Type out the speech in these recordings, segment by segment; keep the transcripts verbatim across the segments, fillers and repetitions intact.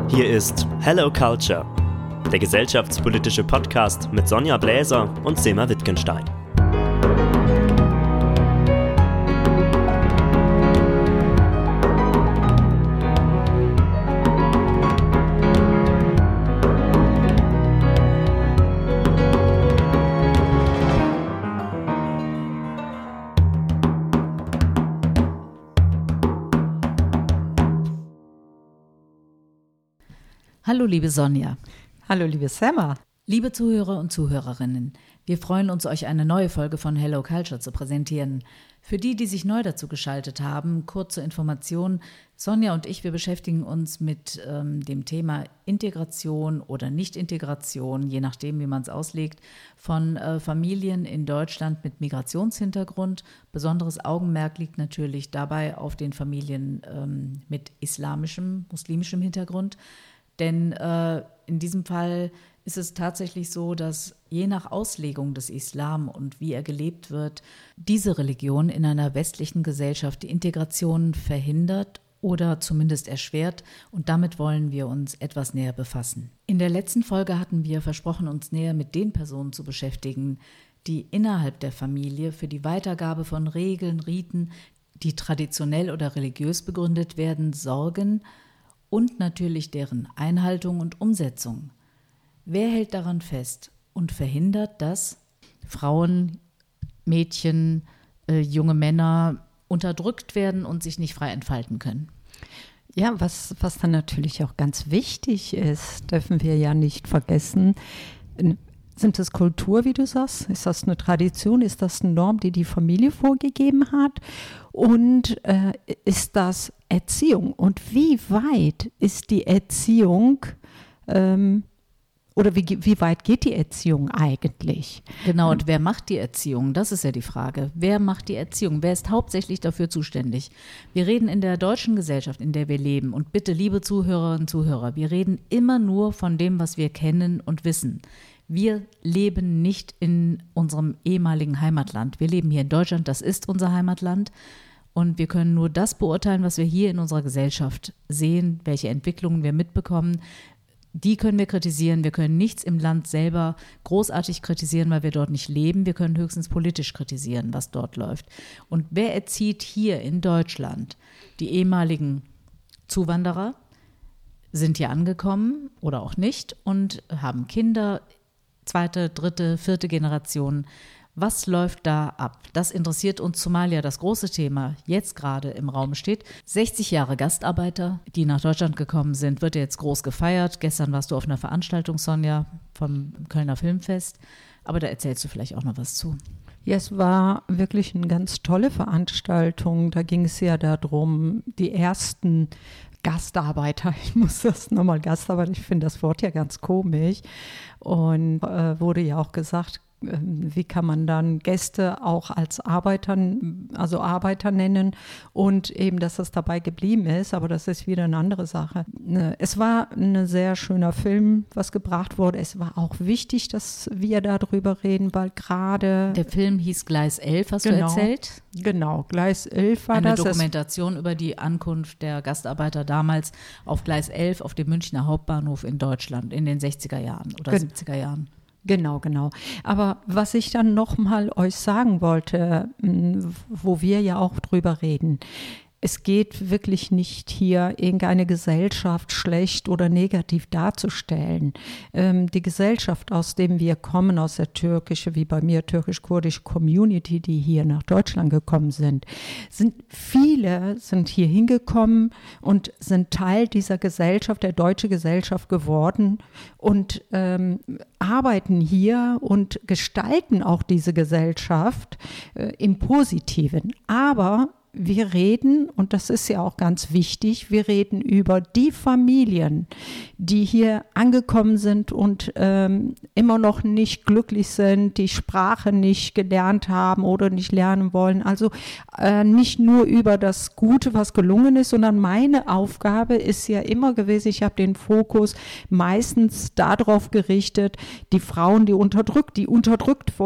Hier ist Hello Culture, der gesellschaftspolitische Podcast mit Sonja Bläser und Sema Wittgenstein. Hallo liebe Sonja. Hallo liebe Sema. Liebe Zuhörer und Zuhörerinnen, wir freuen uns, euch eine neue Folge von Hello Culture zu präsentieren. Für die, die sich neu dazu geschaltet haben, kurze Information. Sonja und ich, wir beschäftigen uns mit ähm, dem Thema Integration oder Nicht-Integration, je nachdem, wie man es auslegt, von äh, Familien in Deutschland mit Migrationshintergrund. Besonderes Augenmerk liegt natürlich dabei auf den Familien ähm, mit islamischem, muslimischem Hintergrund. Denn äh, in diesem Fall ist es tatsächlich so, dass je nach Auslegung des Islam und wie er gelebt wird, diese Religion in einer westlichen Gesellschaft die Integration verhindert oder zumindest erschwert. Und damit wollen wir uns etwas näher befassen. In der letzten Folge hatten wir versprochen, uns näher mit den Personen zu beschäftigen, die innerhalb der Familie für die Weitergabe von Regeln, Riten, die traditionell oder religiös begründet werden, sorgen und natürlich deren Einhaltung und Umsetzung. Wer hält daran fest und verhindert, dass Frauen, Mädchen, äh, junge Männer unterdrückt werden und sich nicht frei entfalten können? Ja, was, was dann natürlich auch ganz wichtig ist, dürfen wir ja nicht vergessen, sind das Kultur, wie du sagst? Ist das eine Tradition? Ist das eine Norm, die die Familie vorgegeben hat? Und äh, ist das Erziehung? Und wie weit ist die Erziehung ähm, oder wie, wie weit geht die Erziehung eigentlich? Genau, und wer macht die Erziehung? Das ist ja die Frage. Wer macht die Erziehung? Wer ist hauptsächlich dafür zuständig? Wir reden in der deutschen Gesellschaft, in der wir leben. Und bitte, liebe Zuhörerinnen und Zuhörer, wir reden immer nur von dem, was wir kennen und wissen. Wir leben nicht in unserem ehemaligen Heimatland. Wir leben hier in Deutschland, das ist unser Heimatland. Und wir können nur das beurteilen, was wir hier in unserer Gesellschaft sehen, welche Entwicklungen wir mitbekommen. Die können wir kritisieren. Wir können nichts im Land selber großartig kritisieren, weil wir dort nicht leben. Wir können höchstens politisch kritisieren, was dort läuft. Und wer erzieht hier in Deutschland? Die ehemaligen Zuwanderer sind hier angekommen oder auch nicht und haben Kinder, zweite, dritte, vierte Generation. Was läuft da ab? Das interessiert uns, zumal ja das große Thema jetzt gerade im Raum steht. sechzig Jahre Gastarbeiter, die nach Deutschland gekommen sind, wird ja jetzt groß gefeiert. Gestern warst du auf einer Veranstaltung, Sonja, vom Kölner Filmfest. Aber da erzählst du vielleicht auch noch was zu. Ja, es war wirklich eine ganz tolle Veranstaltung. Da ging es ja darum, die ersten Gastarbeiter, ich muss das nochmal Gastarbeiter, ich finde das Wort ja ganz komisch. Und äh, wurde ja auch gesagt, äh, wie kann man dann Gäste auch als Arbeiter, also Arbeiter nennen und eben, dass das dabei geblieben ist, aber das ist wieder eine andere Sache. Es war ein sehr schöner Film, was gebracht wurde. Es war auch wichtig, dass wir darüber reden, weil gerade... Der Film hieß Gleis elf, hast genau, du erzählt? Genau, Gleis elf war Eine das. Eine Dokumentation über die Ankunft der Gastarbeiter damals auf Gleis elf auf dem Münchner Hauptbahnhof in Deutschland in den sechziger Jahren oder Gen- siebziger Jahren. Genau, genau. Aber was ich dann nochmal euch sagen wollte, wo wir ja auch drüber reden, es geht wirklich nicht hier, irgendeine Gesellschaft schlecht oder negativ darzustellen. Ähm, die Gesellschaft, aus der wir kommen, aus der türkischen, wie bei mir, türkisch-kurdische Community, die hier nach Deutschland gekommen sind, sind viele sind hier hingekommen und sind Teil dieser Gesellschaft, der deutschen Gesellschaft geworden und ähm, arbeiten hier und gestalten auch diese Gesellschaft äh, im Positiven. Aber wir reden, und das ist ja auch ganz wichtig, wir reden über die Familien, die hier angekommen sind und ähm, immer noch nicht glücklich sind, die Sprache nicht gelernt haben oder nicht lernen wollen. Also äh, nicht nur über das Gute, was gelungen ist, sondern meine Aufgabe ist ja immer gewesen, ich habe den Fokus meistens darauf gerichtet, die Frauen, die unterdrückt, die unterdrückt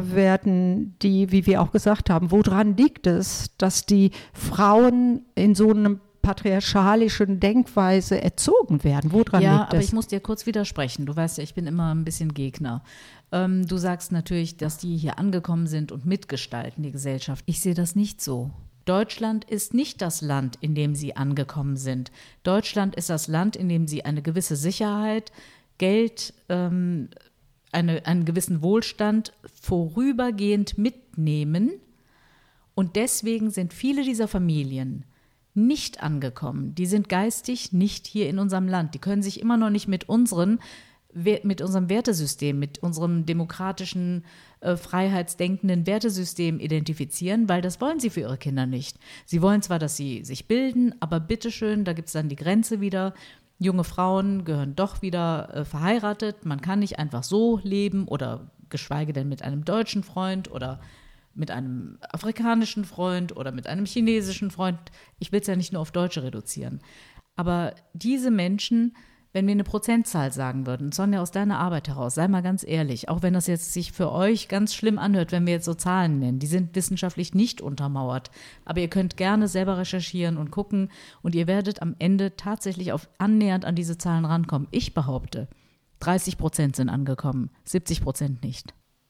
werden, die, wie wir auch gesagt haben, woran liegt es, dass die Frauen in so einem patriarchalischen Denkweise erzogen werden. Woran ja, liegt das? Aber ich muss dir kurz widersprechen. Du weißt ja, ich bin immer ein bisschen Gegner. Ähm, du sagst natürlich, dass die hier angekommen sind und mitgestalten die Gesellschaft. Ich sehe das nicht so. Deutschland ist nicht das Land, in dem sie angekommen sind. Deutschland ist das Land, in dem sie eine gewisse Sicherheit, Geld, ähm, eine, einen gewissen Wohlstand vorübergehend mitnehmen. Und deswegen sind viele dieser Familien nicht angekommen. Die sind geistig nicht hier in unserem Land. Die können sich immer noch nicht mit unseren mit unserem Wertesystem, mit unserem demokratischen, äh, freiheitsdenkenden Wertesystem identifizieren, weil das wollen sie für ihre Kinder nicht. Sie wollen zwar, dass sie sich bilden, aber bitteschön, da gibt es dann die Grenze wieder. Junge Frauen gehören doch wieder äh, verheiratet. Man kann nicht einfach so leben oder geschweige denn mit einem deutschen Freund oder mit einem afrikanischen Freund oder mit einem chinesischen Freund. Ich will es ja nicht nur auf Deutsche reduzieren. Aber diese Menschen, wenn wir eine Prozentzahl sagen würden, Sonja, aus deiner Arbeit heraus, sei mal ganz ehrlich, auch wenn das jetzt sich für euch ganz schlimm anhört, wenn wir jetzt so Zahlen nennen, die sind wissenschaftlich nicht untermauert, aber ihr könnt gerne selber recherchieren und gucken und ihr werdet am Ende tatsächlich auf annähernd an diese Zahlen rankommen. Ich behaupte, dreißig Prozent sind angekommen, siebzig Prozent nicht.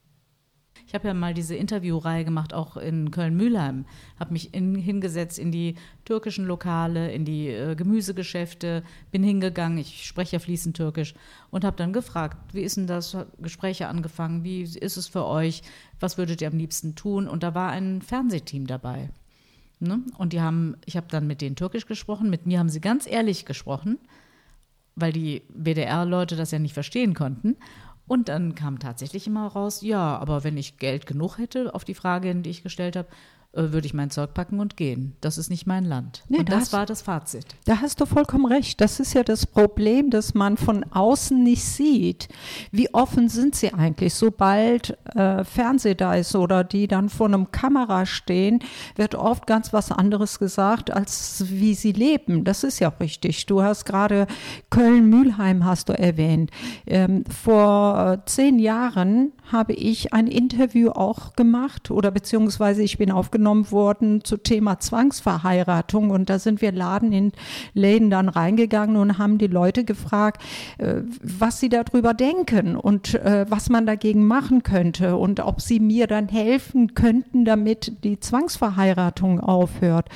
Ich habe ja mal diese Interviewreihe gemacht, auch in Köln-Mülheim, habe mich in, hingesetzt in die türkischen Lokale, in die äh, Gemüsegeschäfte, bin hingegangen, ich spreche ja fließend Türkisch und habe dann gefragt, wie ist denn das, Gespräche angefangen, wie ist es für euch, was würdet ihr am liebsten tun? Und da war ein Fernsehteam dabei. Ne? Und die haben, ich habe dann mit denen Türkisch gesprochen, mit mir haben sie ganz ehrlich gesprochen, weil die W D R-Leute das ja nicht verstehen konnten. Und dann kam tatsächlich immer raus, ja, aber wenn ich Geld genug hätte, auf die Frage, die ich gestellt habe, äh, würde ich mein Zeug packen und gehen. Das ist nicht mein Land. Nee, und das, das war das Fazit. Da hast du vollkommen recht. Das ist ja das Problem, dass man von außen nicht sieht. Wie offen sind sie eigentlich? Sobald äh, Fernseh da ist oder die dann vor einem Kamera stehen, wird oft ganz was anderes gesagt, als wie sie leben. Das ist ja richtig. Du hast gerade Köln-Mülheim hast du erwähnt. Ähm, vor äh, zehn Jahren habe ich ein Interview auch gemacht oder beziehungsweise ich bin aufgenommen worden zu Thema Zwangsverheiratung und da sind wir Laden in Läden dann reingegangen und haben die Leute gefragt, äh, was sie darüber denken und äh, was man dagegen machen könnte und ob sie mir dann helfen könnten, damit die Zwangsverheiratung aufhört.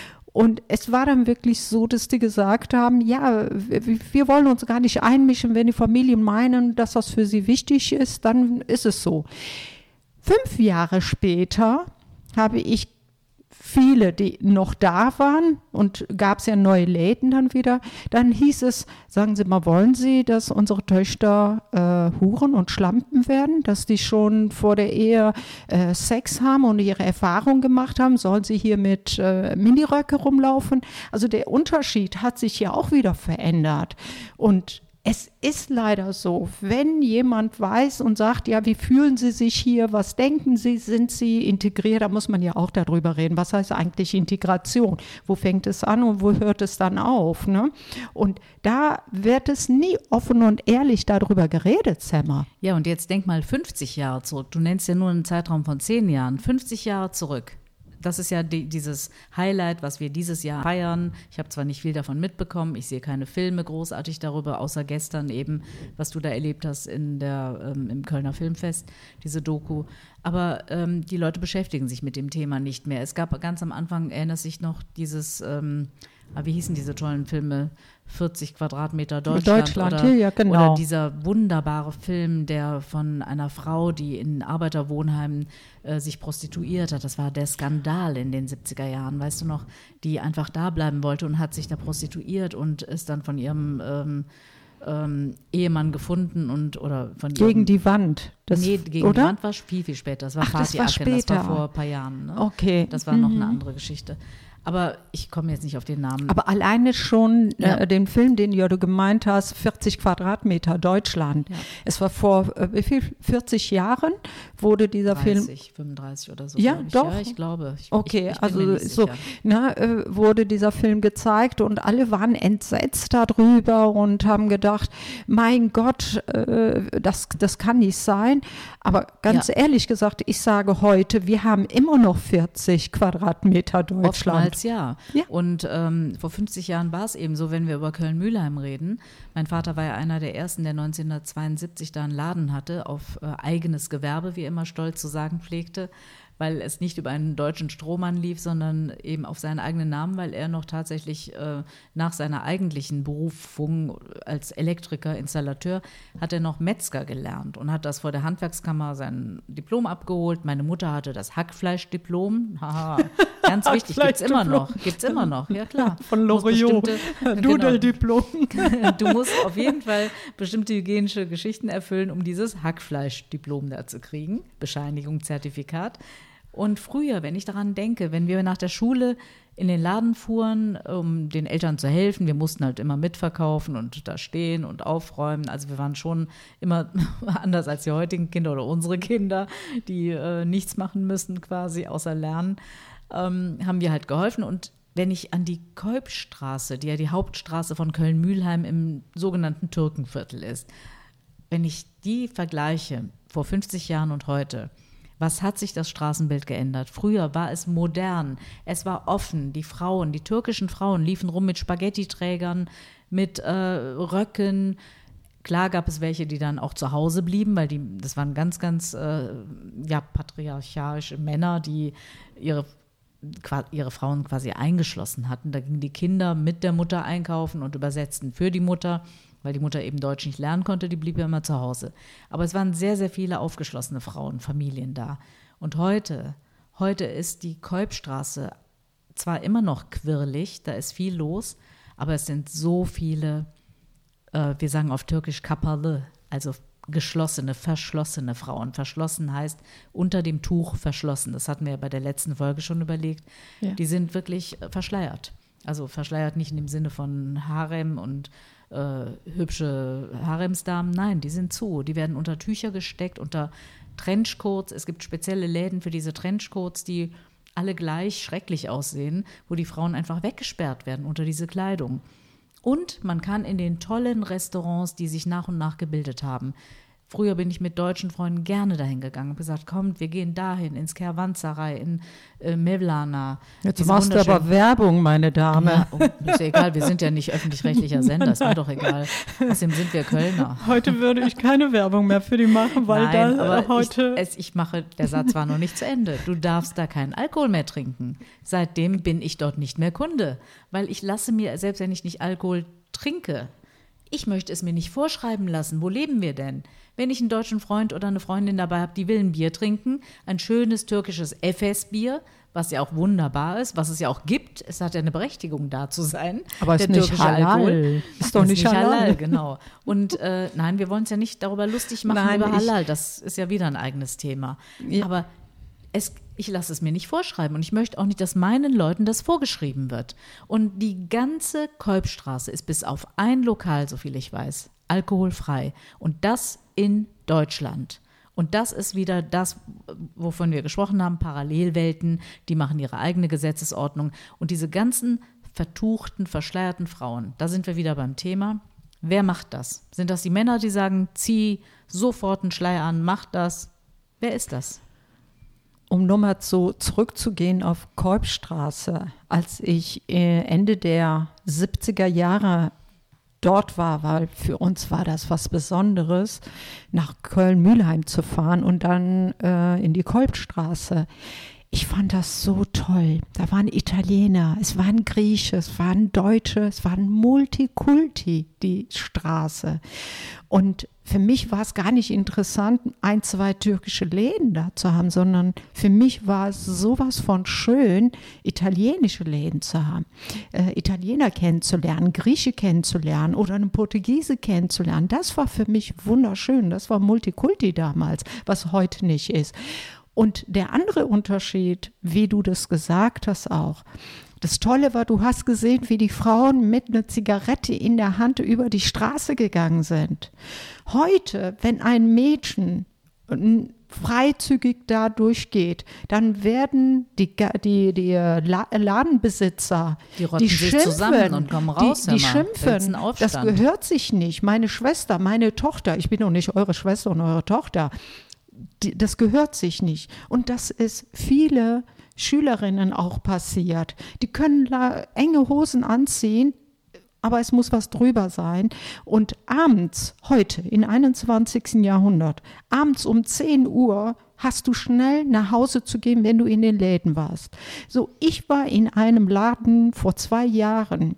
Und es war dann wirklich so, dass die gesagt haben, ja, wir wollen uns gar nicht einmischen, wenn die Familien meinen, dass das für sie wichtig ist, dann ist es so. Fünf Jahre später habe ich viele, die noch da waren und gab es ja neue Läden dann wieder, dann hieß es, sagen Sie mal, wollen Sie, dass unsere Töchter äh, Huren und Schlampen werden, dass die schon vor der Ehe äh, Sex haben und ihre Erfahrung gemacht haben, sollen sie hier mit äh, Miniröcke rumlaufen? Also der Unterschied hat sich ja auch wieder verändert und es ist leider so, wenn jemand weiß und sagt, ja, wie fühlen Sie sich hier, was denken Sie, sind Sie integriert, da muss man ja auch darüber reden, was heißt eigentlich Integration, wo fängt es an und wo hört es dann auf, ne? Und da wird es nie offen und ehrlich darüber geredet, Semmer. Ja, und jetzt denk mal fünfzig Jahre zurück, du nennst ja nur einen Zeitraum von zehn Jahren, fünfzig Jahre zurück. Das ist ja die, dieses Highlight, was wir dieses Jahr feiern. Ich habe zwar nicht viel davon mitbekommen, ich sehe keine Filme großartig darüber, außer gestern eben, was du da erlebt hast in der, ähm, im Kölner Filmfest, diese Doku. Aber ähm, die Leute beschäftigen sich mit dem Thema nicht mehr. Es gab ganz am Anfang, erinnert sich noch, dieses, ähm, wie hießen diese tollen Filme, vierzig Quadratmeter Deutschland, Deutschland oder, hier, ja, genau. oder dieser wunderbare Film, der von einer Frau, die in Arbeiterwohnheimen äh, sich prostituiert hat, das war der Skandal in den siebziger Jahren, weißt du noch, die einfach da bleiben wollte und hat sich da prostituiert und ist dann von ihrem ähm, ähm, Ehemann gefunden und oder von Gegen ihrem, die Wand. Das, nee, gegen oder? die Wand war viel, viel später. Das war Ach, das Fatih war Akin, später. das war vor ein paar Jahren. Ne? Okay. Das war mhm. noch eine andere Geschichte. Aber ich komme jetzt nicht auf den Namen. Aber alleine schon Ja. äh, den Film, den ja du gemeint hast, vierzig Quadratmeter Deutschland. Ja. Es war vor äh, wie viel? vierzig Jahren wurde dieser Film. dreißig, fünfunddreißig oder so. Ja, glaub ich. doch. Ja, ich glaube. Ich, Okay, ich, ich bin also mir nicht so sicher. na, äh, wurde dieser Film gezeigt und alle waren entsetzt darüber und haben gedacht, mein Gott, äh, das, das kann nicht sein. Aber ganz ja. ehrlich gesagt, ich sage heute, wir haben immer noch vierzig Quadratmeter Deutschland. Oftmals ja. ja. Und ähm, vor fünfzig Jahren war es eben so, wenn wir über Köln-Mülheim reden. Mein Vater war ja einer der ersten, der neunzehnhundertzweiundsiebzig da einen Laden hatte, auf äh, eigenes Gewerbe, wie er immer stolz zu sagen pflegte, weil es nicht über einen deutschen Strohmann lief, sondern eben auf seinen eigenen Namen, weil er noch tatsächlich äh, nach seiner eigentlichen Berufung als Elektriker, Installateur, hat er noch Metzger gelernt und hat das vor der Handwerkskammer sein Diplom abgeholt. Meine Mutter hatte das Hackfleischdiplom. Haha, ganz wichtig, gibt's immer noch, gibt's immer noch, ja klar. Von Loriot, Dudeldiplom. Genau. Du musst auf jeden Fall bestimmte hygienische Geschichten erfüllen, um dieses Hackfleischdiplom da zu kriegen. Bescheinigung, Zertifikat. Und früher, wenn ich daran denke, wenn wir nach der Schule in den Laden fuhren, um den Eltern zu helfen, wir mussten halt immer mitverkaufen und da stehen und aufräumen. Also wir waren schon immer anders als die heutigen Kinder oder unsere Kinder, die äh, nichts machen müssen quasi, außer lernen, ähm, haben wir halt geholfen. Und wenn ich an die Keupstraße, die ja die Hauptstraße von Köln-Mülheim im sogenannten Türkenviertel ist, wenn ich die vergleiche vor fünfzig Jahren und heute, was hat sich das Straßenbild geändert? Früher war es modern, es war offen. Die Frauen, die türkischen Frauen liefen rum mit Spaghettiträgern, mit äh, Röcken. Klar gab es welche, die dann auch zu Hause blieben, weil die, das waren ganz, ganz äh, ja, patriarchalische Männer, die ihre, ihre Frauen quasi eingeschlossen hatten. Da gingen die Kinder mit der Mutter einkaufen und übersetzten für die Mutter, weil die Mutter eben Deutsch nicht lernen konnte, die blieb ja immer zu Hause. Aber es waren sehr, sehr viele aufgeschlossene Frauen, Familien da. Und heute, heute ist die Keupstraße zwar immer noch quirlig, da ist viel los, aber es sind so viele, äh, wir sagen auf Türkisch kapalı, also geschlossene, verschlossene Frauen. Verschlossen heißt unter dem Tuch verschlossen. Das hatten wir ja bei der letzten Folge schon überlegt. Ja. Die sind wirklich verschleiert. Also verschleiert nicht in dem Sinne von Harem und Äh, hübsche Haremsdamen, nein, die sind zu. Die werden unter Tücher gesteckt, unter Trenchcoats. Es gibt spezielle Läden für diese Trenchcoats, die alle gleich schrecklich aussehen, wo die Frauen einfach weggesperrt werden unter diese Kleidung. Und man kann in den tollen Restaurants, die sich nach und nach gebildet haben, früher bin ich mit deutschen Freunden gerne dahin gegangen und gesagt, kommt, wir gehen dahin, ins Kervansaray, in äh, Mevlana. Jetzt machst du aber Werbung, meine Dame. Ja, oh, ist ja egal, wir sind ja nicht öffentlich-rechtlicher Sender, ist mir doch egal. Außerdem sind wir Kölner. Heute würde ich keine Werbung mehr für die machen, weil Nein, da aber heute... Ich, es, ich mache, der Satz war noch nicht zu Ende. Du darfst da keinen Alkohol mehr trinken. Seitdem bin ich dort nicht mehr Kunde, weil ich lasse mir, selbst wenn ich nicht Alkohol trinke, ich möchte es mir nicht vorschreiben lassen. Wo leben wir denn? Wenn ich einen deutschen Freund oder eine Freundin dabei habe, die will ein Bier trinken, ein schönes türkisches Efes-Bier, was ja auch wunderbar ist, was es ja auch gibt. Es hat ja eine Berechtigung, da zu sein. Aber es ist nicht halal. Alkohol. Ist doch nicht, nicht halal. halal. Genau. Und äh, nein, wir wollen es ja nicht darüber lustig machen, nein, über Halal. Das ist ja wieder ein eigenes Thema. Ja. Aber es, ich lasse es mir nicht vorschreiben und ich möchte auch nicht, dass meinen Leuten das vorgeschrieben wird. Und die ganze Keupstraße ist bis auf ein Lokal, so viel ich weiß, alkoholfrei. Und das in Deutschland. Und das ist wieder das, wovon wir gesprochen haben, Parallelwelten, die machen ihre eigene Gesetzesordnung. Und diese ganzen vertuchten, verschleierten Frauen, da sind wir wieder beim Thema. Wer macht das? Sind das die Männer, die sagen, zieh sofort einen Schleier an, mach das? Wer ist das? Um nochmal so zurückzugehen auf Keupstraße, als ich Ende der siebziger Jahre dort war, weil für uns war das was Besonderes, nach Köln-Mülheim zu fahren und dann äh, in die Keupstraße. Ich fand das so toll. Da waren Italiener, es waren Grieche, es waren Deutsche, es waren Multikulti, die Straße. Und für mich war es gar nicht interessant, ein, zwei türkische Läden da zu haben, sondern für mich war es sowas von schön, italienische Läden zu haben, äh, Italiener kennenzulernen, Grieche kennenzulernen oder einen Portugiese kennenzulernen. Das war für mich wunderschön. Das war Multikulti damals, was heute nicht ist. Und der andere Unterschied, wie du das gesagt hast auch, das Tolle war, du hast gesehen, wie die Frauen mit einer Zigarette in der Hand über die Straße gegangen sind. Heute, wenn ein Mädchen freizügig da durchgeht, dann werden die, die, die Ladenbesitzer, die rotten die sich schimpfen, zusammen und kommen raus. Die, die schimpfen, das gehört sich nicht. Meine Schwester, meine Tochter, ich bin doch nicht eure Schwester und eure Tochter, die, das gehört sich nicht. Und das ist viele Schülerinnen auch passiert. Die können la- enge Hosen anziehen, aber es muss was drüber sein. Und abends, heute, im einundzwanzigsten Jahrhundert, abends um zehn Uhr hast du schnell nach Hause zu gehen, wenn du in den Läden warst. So, ich war in einem Laden vor zwei Jahren,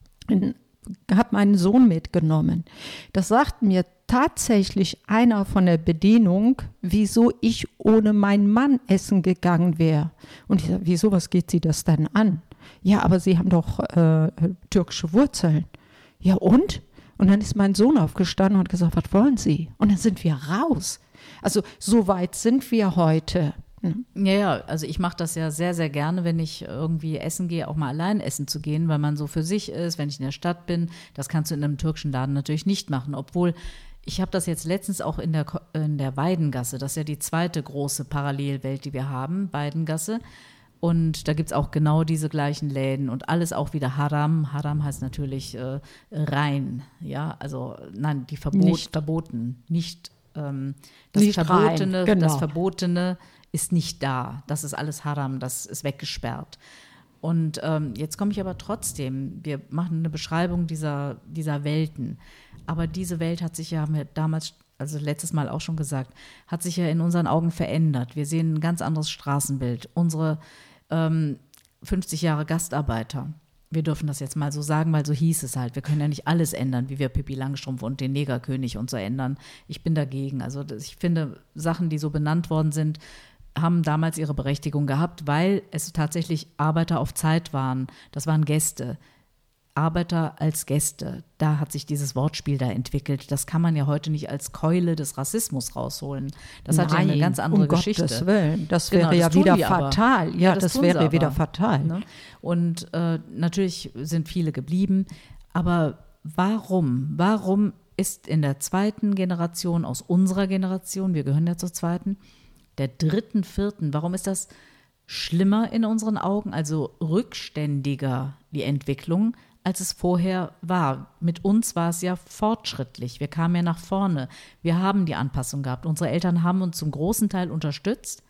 habe meinen Sohn mitgenommen. Das sagt mir tatsächlich einer von der Bedienung, wieso ich ohne meinen Mann essen gegangen wäre. Und ich sage, wieso, was geht Sie das denn an? Ja, aber Sie haben doch äh, türkische Wurzeln. Ja, und? Und dann ist mein Sohn aufgestanden und hat gesagt, was wollen Sie? Und dann sind wir raus. Also so weit sind wir heute. Ja, ja, also ich mache das ja sehr, sehr gerne, wenn ich irgendwie essen gehe, auch mal allein essen zu gehen, weil man so für sich ist, wenn ich in der Stadt bin. Das kannst du in einem türkischen Laden natürlich nicht machen, obwohl ich habe das jetzt letztens auch in der, in der Weidengasse, das ist ja die zweite große Parallelwelt, die wir haben, Weidengasse. Und da gibt es auch genau diese gleichen Läden und alles auch wieder Haram. Haram heißt natürlich äh, rein, ja, also nein, die Verbot, nicht. verboten, nicht, ähm, das nicht Verbotene, rein, genau. Das Verbotene ist nicht da, das ist alles Haram, das ist weggesperrt. Und ähm, jetzt komme ich aber trotzdem, wir machen eine Beschreibung dieser, dieser Welten, aber diese Welt hat sich ja, haben wir damals, also letztes Mal auch schon gesagt, hat sich ja in unseren Augen verändert. Wir sehen ein ganz anderes Straßenbild. Unsere ähm, fünfzig Jahre Gastarbeiter, wir dürfen das jetzt mal so sagen, weil so hieß es halt. Wir können ja nicht alles ändern, wie wir Pippi Langstrumpf und den Negerkönig und so ändern. Ich bin dagegen. Also ich finde, Sachen, die so benannt worden sind, haben damals ihre Berechtigung gehabt, weil es tatsächlich Arbeiter auf Zeit waren. Das waren Gäste. Arbeiter als Gäste, da hat sich dieses Wortspiel da entwickelt. Das kann man ja heute nicht als Keule des Rassismus rausholen. Das Nein, hat ja eine ganz andere um Geschichte. Gottes Willen. Das genau, wäre das ja wieder die fatal. Aber. Ja, ja, das, das wäre aber, wieder fatal. Ne? Und äh, natürlich sind viele geblieben. Aber warum? Warum ist in der zweiten Generation, aus unserer Generation, wir gehören ja zur zweiten, der dritten, vierten, warum ist das schlimmer in unseren Augen, also rückständiger die Entwicklung, als es vorher war? Mit uns war es ja fortschrittlich. Wir kamen ja nach vorne. Wir haben die Anpassung gehabt. Unsere Eltern haben uns zum großen Teil unterstützt.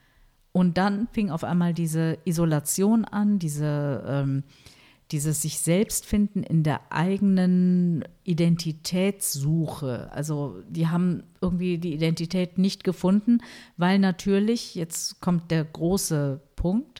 Und dann fing auf einmal diese Isolation an, diese, ähm, dieses sich selbst finden in der eigenen Identitätssuche. Also die haben irgendwie die Identität nicht gefunden, weil natürlich, jetzt kommt der große Punkt,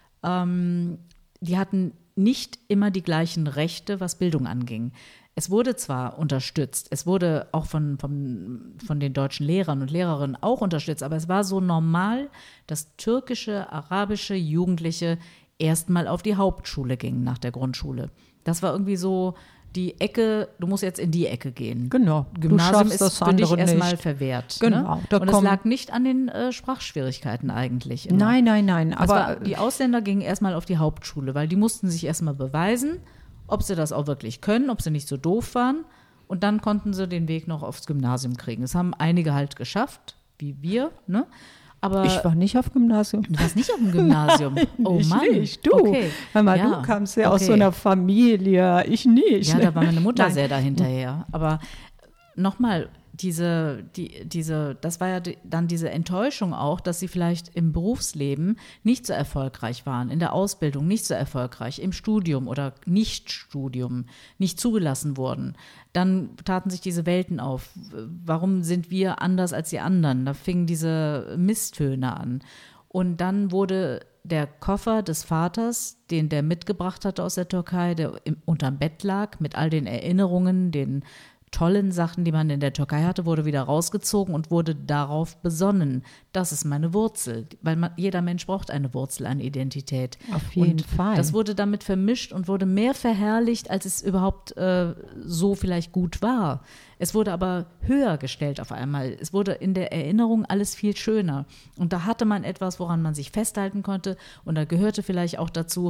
ähm, die hatten nicht immer die gleichen Rechte, was Bildung anging. Es wurde zwar unterstützt, es wurde auch von, von, von den deutschen Lehrern und Lehrerinnen auch unterstützt, aber es war so normal, dass türkische, arabische Jugendliche erstmal auf die Hauptschule gingen nach der Grundschule. Das war irgendwie so die Ecke, du musst jetzt in die Ecke gehen. Genau. Gymnasium du ist das für dich andere erstmal nicht. verwehrt. Genau. Ne? Da Und es kommen- lag nicht an den äh, Sprachschwierigkeiten eigentlich. Immer. Nein, nein, nein. Aber Aber die Ausländer gingen erstmal auf die Hauptschule, weil die mussten sich erstmal beweisen, ob sie das auch wirklich können, ob sie nicht so doof waren. Und dann konnten sie den Weg noch aufs Gymnasium kriegen. Das haben einige halt geschafft, wie wir. Ne? Aber ich war nicht auf Gymnasium. du warst nicht auf dem Gymnasium. Nein, oh ich Mann. nicht. Du, okay. hör mal, Ja, du kamst ja aus okay. so einer Familie, ich nicht. Ja, da war meine Mutter Nein. sehr dahinterher. Aber nochmal, diese, die, diese, das war ja die, dann diese Enttäuschung auch, dass sie vielleicht im Berufsleben nicht so erfolgreich waren, in der Ausbildung nicht so erfolgreich, im Studium oder Nichtstudium nicht zugelassen wurden. Dann taten sich diese Welten auf. Warum sind wir anders als die anderen? Da fingen diese Misstöne an. Und dann wurde der Koffer des Vaters, den der mitgebracht hatte aus der Türkei, der im, unterm Bett lag, mit all den Erinnerungen, den tollen Sachen, die man in der Türkei hatte, wurde wieder rausgezogen und wurde darauf besonnen. Das ist meine Wurzel, weil man, jeder Mensch braucht eine Wurzel an Identität. Auf jeden und Fall. Das wurde damit vermischt und wurde mehr verherrlicht, als es überhaupt äh, so vielleicht gut war. Es wurde aber höher gestellt auf einmal. Es wurde in der Erinnerung alles viel schöner. Und da hatte man etwas, woran man sich festhalten konnte. Und da gehörte vielleicht auch dazu,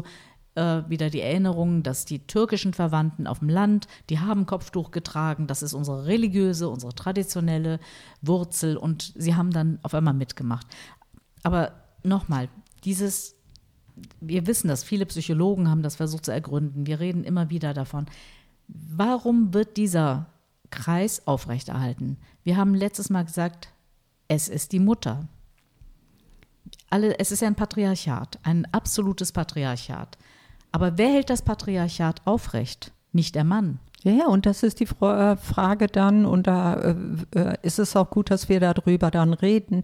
äh, wieder die Erinnerung, dass die türkischen Verwandten auf dem Land, die haben Kopftuch getragen, das ist unsere religiöse, unsere traditionelle Wurzel und sie haben dann auf einmal mitgemacht. Aber nochmal, dieses, wir wissen das, viele Psychologen haben das versucht zu ergründen, wir reden immer wieder davon, warum wird dieser Kreis aufrechterhalten? Wir haben letztes Mal gesagt, es ist die Mutter. Alle, es ist ja ein Patriarchat, ein absolutes Patriarchat. Aber wer hält das Patriarchat aufrecht? Nicht der Mann. Ja, und das ist die Frage dann, und da äh, ist es auch gut, dass wir darüber dann reden,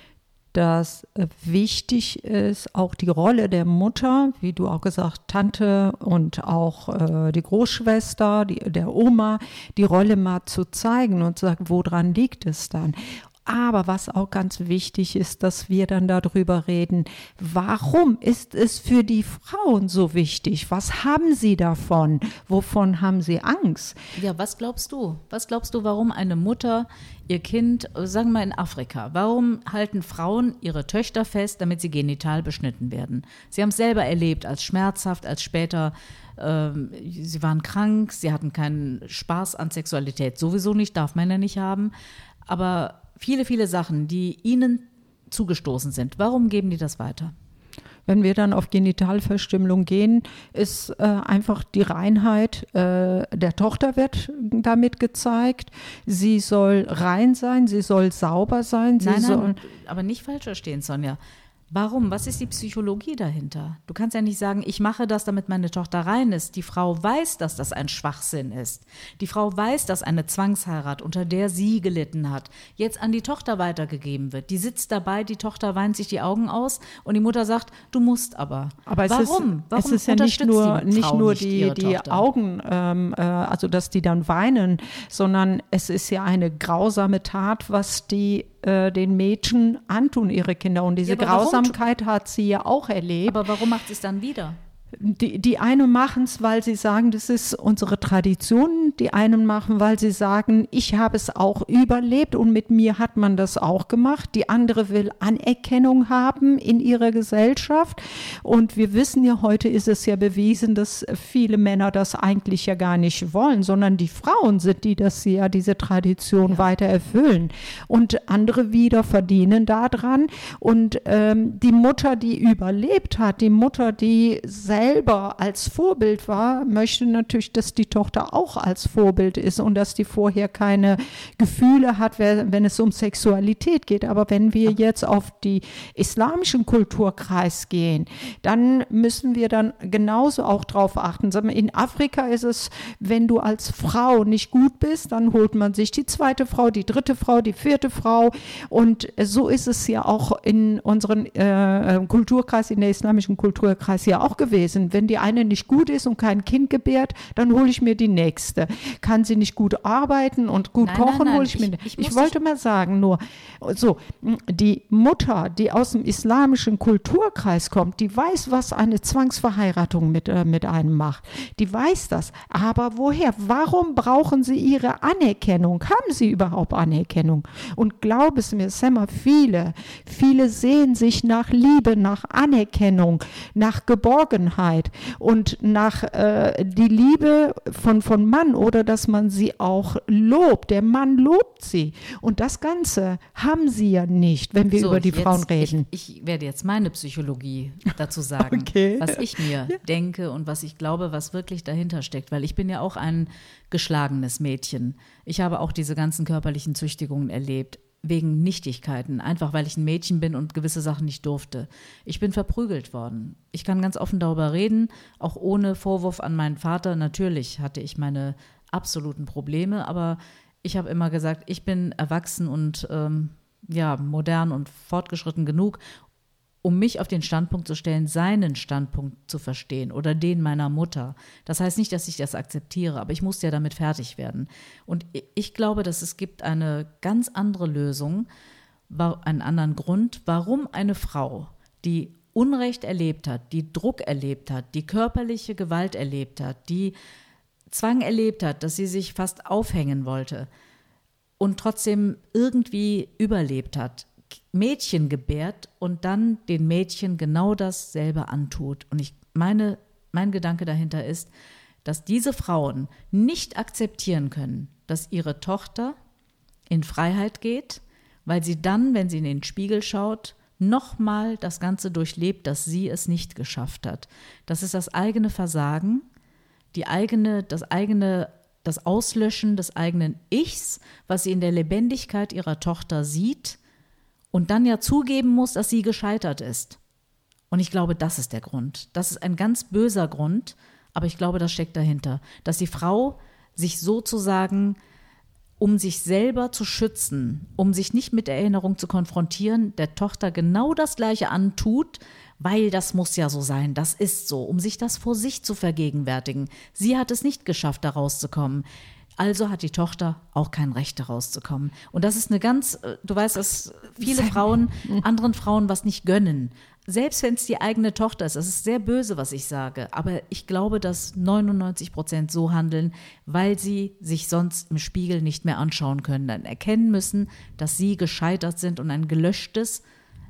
dass äh, wichtig ist, auch die Rolle der Mutter, wie du auch gesagt, Tante und auch äh, die Großschwester, die, der Oma, die Rolle mal zu zeigen und zu sagen, woran liegt es dann? Aber was auch ganz wichtig ist, dass wir dann darüber reden, warum ist es für die Frauen so wichtig? Was haben sie davon? Wovon haben sie Angst? Ja, was glaubst du? Was glaubst du, warum eine Mutter ihr Kind, sagen wir in Afrika, warum halten Frauen ihre Töchter fest, damit sie genital beschnitten werden? Sie haben es selber erlebt, als schmerzhaft, als später, ähm, sie waren krank, sie hatten keinen Spaß an Sexualität, sowieso nicht, darf man ja nicht haben, aber viele, viele Sachen, die ihnen zugestoßen sind. Warum geben die das weiter? Wenn wir dann auf Genitalverstümmelung gehen, ist äh, einfach die Reinheit äh, der Tochter wird damit gezeigt. Sie soll rein sein, sie soll sauber sein. Sie nein, soll nein, aber nicht falsch verstehen, Sonja. Warum? Was ist die Psychologie dahinter? Du kannst ja nicht sagen, ich mache das, damit meine Tochter rein ist. Die Frau weiß, dass das ein Schwachsinn ist. Die Frau weiß, dass eine Zwangsheirat, unter der sie gelitten hat, jetzt an die Tochter weitergegeben wird. Die sitzt dabei, die Tochter weint sich die Augen aus und die Mutter sagt, du musst aber. Aber es Warum? ist, Warum es ist ja nicht nur, die nicht Frau nur nicht die, ihre die Tochter? Augen, ähm, äh, also dass die dann weinen, sondern es ist ja eine grausame Tat, was die äh, den Mädchen antun, ihre Kinder. Und diese Ja, aber warum Grausamkeit hat sie ja auch erlebt. Aber warum macht sie es dann wieder? Die, die einen machen es, weil sie sagen, das ist unsere Tradition. Die einen machen, weil sie sagen, ich habe es auch überlebt und mit mir hat man das auch gemacht. Die andere will Anerkennung haben in ihrer Gesellschaft. Und wir wissen ja, heute ist es ja bewiesen, dass viele Männer das eigentlich ja gar nicht wollen, sondern die Frauen sind, die das ja, diese Tradition Ja. weiter erfüllen. Und andere wieder verdienen daran. Und ähm, die Mutter, die überlebt hat, die Mutter, die selber als Vorbild war, möchte natürlich, dass die Tochter auch als Vorbild ist und dass die vorher keine Gefühle hat, wenn es um Sexualität geht. Aber wenn wir jetzt auf die islamischen Kulturkreis gehen, dann müssen wir dann genauso auch drauf achten. In Afrika ist es, wenn du als Frau nicht gut bist, dann holt man sich die zweite Frau, die dritte Frau, die vierte Frau. Und so ist es ja auch in unserem äh, Kulturkreis, in der islamischen Kulturkreis ja auch gewesen. Wenn die eine nicht gut ist und kein Kind gebärt, dann hole ich mir die nächste. Kann sie nicht gut arbeiten und gut Nein, kochen, nein, nein. hole ich mir. Ich- Ich, ich muss wollte mal sagen, nur so, die Mutter, die aus dem islamischen Kulturkreis kommt, die weiß, was eine Zwangsverheiratung mit, äh, mit einem macht. Die weiß das. Aber woher? Warum brauchen sie ihre Anerkennung? Haben sie überhaupt Anerkennung? Und glaub es mir, Semmer, viele, viele sehen sich nach Liebe, nach Anerkennung, nach Geborgenheit und nach äh, die Liebe von, von Mann oder dass man sie auch lobt. Der Mann lobt sie. Und das Ganze haben sie ja nicht, wenn wir So, über die jetzt, Frauen reden. Ich, ich werde jetzt meine Psychologie dazu sagen, Okay. was ich mir denke und was ich glaube, was wirklich dahinter steckt. Weil ich bin ja auch ein geschlagenes Mädchen. Ich habe auch diese ganzen körperlichen Züchtigungen erlebt. Wegen Nichtigkeiten, einfach weil ich ein Mädchen bin und gewisse Sachen nicht durfte. Ich bin verprügelt worden. Ich kann ganz offen darüber reden, auch ohne Vorwurf an meinen Vater. Natürlich hatte ich meine absoluten Probleme, aber ich habe immer gesagt, ich bin erwachsen und ähm, ja, modern und fortgeschritten genug, um mich auf den Standpunkt zu stellen, seinen Standpunkt zu verstehen oder den meiner Mutter. Das heißt nicht, dass ich das akzeptiere, aber ich musste ja damit fertig werden. Und ich glaube, dass es gibt eine ganz andere Lösung, einen anderen Grund, warum eine Frau, die Unrecht erlebt hat, die Druck erlebt hat, die körperliche Gewalt erlebt hat, die Zwang erlebt hat, dass sie sich fast aufhängen wollte und trotzdem irgendwie überlebt hat, Mädchen gebärt und dann den Mädchen genau dasselbe antut. Und ich meine, mein Gedanke dahinter ist, dass diese Frauen nicht akzeptieren können, dass ihre Tochter in Freiheit geht, weil sie dann, wenn sie in den Spiegel schaut, nochmal das Ganze durchlebt, dass sie es nicht geschafft hat. Das ist das eigene Versagen, die eigene, das eigene, das Auslöschen des eigenen Ichs, was sie in der Lebendigkeit ihrer Tochter sieht und dann ja zugeben muss, dass sie gescheitert ist. Und ich glaube, das ist der Grund. Das ist ein ganz böser Grund, aber ich glaube, das steckt dahinter, dass die Frau sich sozusagen, um sich selber zu schützen, um sich nicht mit Erinnerung zu konfrontieren, der Tochter genau das Gleiche antut, weil das muss ja so sein, das ist so, um sich das vor sich zu vergegenwärtigen. Sie hat es nicht geschafft, da rauszukommen. Also hat die Tochter auch kein Recht, da rauszukommen. Und das ist eine ganz, du weißt, dass viele Frauen anderen Frauen was nicht gönnen. Selbst wenn es die eigene Tochter ist, das ist sehr böse, was ich sage, aber ich glaube, dass neunundneunzig Prozent so handeln, weil sie sich sonst im Spiegel nicht mehr anschauen können, dann erkennen müssen, dass sie gescheitert sind und ein gelöschtes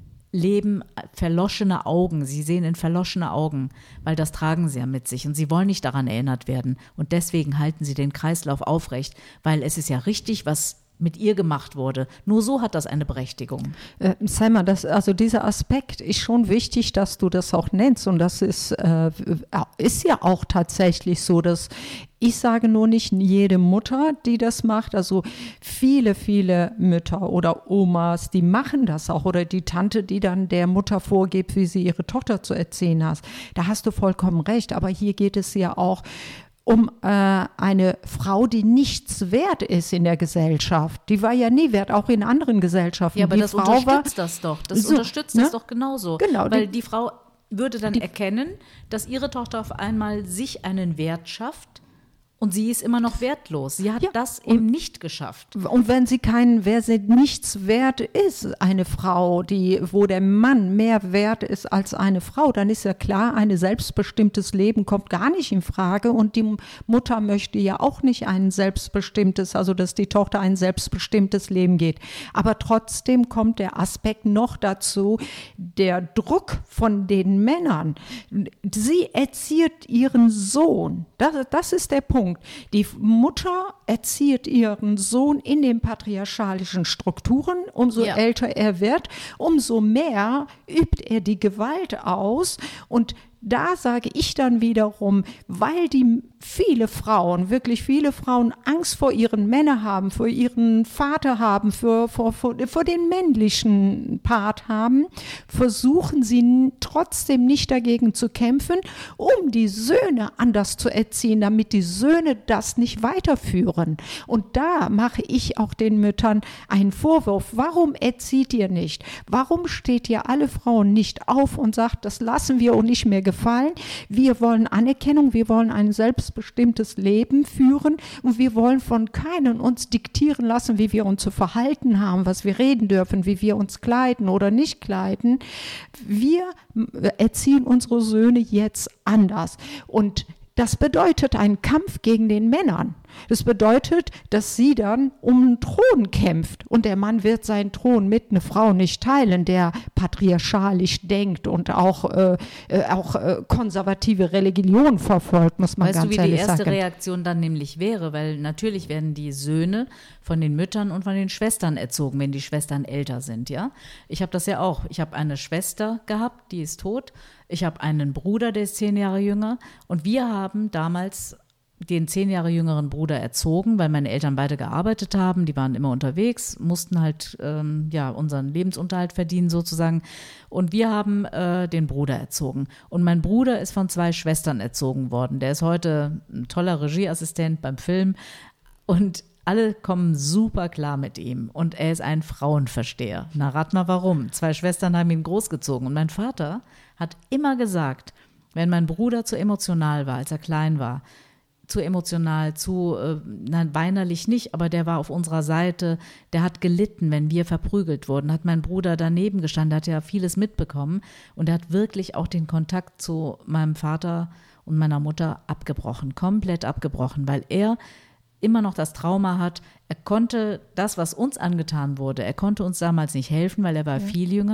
Leben, verloschene Augen, sie sehen in verloschene Augen, weil das tragen sie ja mit sich und sie wollen nicht daran erinnert werden und deswegen halten sie den Kreislauf aufrecht, weil es ist ja richtig, was mit ihr gemacht wurde. Nur so hat das eine Berechtigung. Äh, Selma, das, also dieser Aspekt ist schon wichtig, dass du das auch nennst und das ist, äh, ist ja auch tatsächlich so, dass ich sage nur nicht jede Mutter, die das macht, also viele, viele Mütter oder Omas, die machen das auch oder die Tante, die dann der Mutter vorgibt, wie sie ihre Tochter zu erziehen hat. Da hast du vollkommen recht, aber hier geht es ja auch um äh, eine Frau, die nichts wert ist in der Gesellschaft. Die war ja nie wert, auch in anderen Gesellschaften. Ja, aber die das Frau unterstützt war, das doch. Das so, unterstützt ne? das doch genauso. Genau, weil die, die Frau würde dann die, erkennen, dass ihre Tochter auf einmal sich einen Wert schafft und sie ist immer noch wertlos. Sie hat ja, das eben nicht geschafft. Und wenn sie keinen, wer sie nichts wert ist, eine Frau, die, wo der Mann mehr wert ist als eine Frau, dann ist ja klar, ein selbstbestimmtes Leben kommt gar nicht in Frage und die Mutter möchte ja auch nicht ein selbstbestimmtes, also dass die Tochter ein selbstbestimmtes Leben geht. Aber trotzdem kommt der Aspekt noch dazu, der Druck von den Männern. Sie erzieht ihren Sohn. Das, das ist der Punkt. Die Mutter erzieht ihren Sohn in den patriarchalischen Strukturen. Umso ja. älter er wird, umso mehr übt er die Gewalt aus. Und da sage ich dann wiederum, weil die viele Frauen, wirklich viele Frauen Angst vor ihren Männern haben, vor ihren Vater haben, für, vor, vor, vor den männlichen Part haben, versuchen sie trotzdem nicht dagegen zu kämpfen, um die Söhne anders zu erziehen, damit die Söhne das nicht weiterführen. Und da mache ich auch den Müttern einen Vorwurf. Warum erzieht ihr nicht? Warum steht ihr alle Frauen nicht auf und sagt, das lassen wir uns nicht mehr gefallen? Wir wollen Anerkennung, wir wollen ein selbstbestimmtes Leben führen und wir wollen von keinem uns diktieren lassen, wie wir uns zu verhalten haben, was wir reden dürfen, wie wir uns kleiden oder nicht kleiden. Wir erziehen unsere Söhne jetzt anders und das bedeutet einen Kampf gegen den Männern. Das bedeutet, dass sie dann um einen Thron kämpft und der Mann wird seinen Thron mit einer Frau nicht teilen, der patriarchalisch denkt und auch, äh, auch äh, konservative Religion verfolgt, muss man weißt ganz du, wie ehrlich die erste sagen. Reaktion dann nämlich wäre? Weil natürlich werden die Söhne von den Müttern und von den Schwestern erzogen, wenn die Schwestern älter sind, ja? Ich habe das ja auch. Ich habe eine Schwester gehabt, die ist tot. Ich habe einen Bruder, der ist zehn Jahre jünger und wir haben damals den zehn Jahre jüngeren Bruder erzogen, weil meine Eltern beide gearbeitet haben, die waren immer unterwegs, mussten halt ähm, ja unseren Lebensunterhalt verdienen sozusagen und wir haben äh, den Bruder erzogen und mein Bruder ist von zwei Schwestern erzogen worden, der ist heute ein toller Regieassistent beim Film und alle kommen super klar mit ihm und er ist ein Frauenversteher. Na, rat mal warum. Zwei Schwestern haben ihn großgezogen und mein Vater hat immer gesagt, wenn mein Bruder zu emotional war, als er klein war, zu emotional, zu, äh, nein, weinerlich nicht, aber der war auf unserer Seite, der hat gelitten, wenn wir verprügelt wurden, hat mein Bruder daneben gestanden, der hat ja vieles mitbekommen und er hat wirklich auch den Kontakt zu meinem Vater und meiner Mutter abgebrochen, komplett abgebrochen, weil er immer noch das Trauma hat, er konnte das, was uns angetan wurde, er konnte uns damals nicht helfen, weil er war ja. viel jünger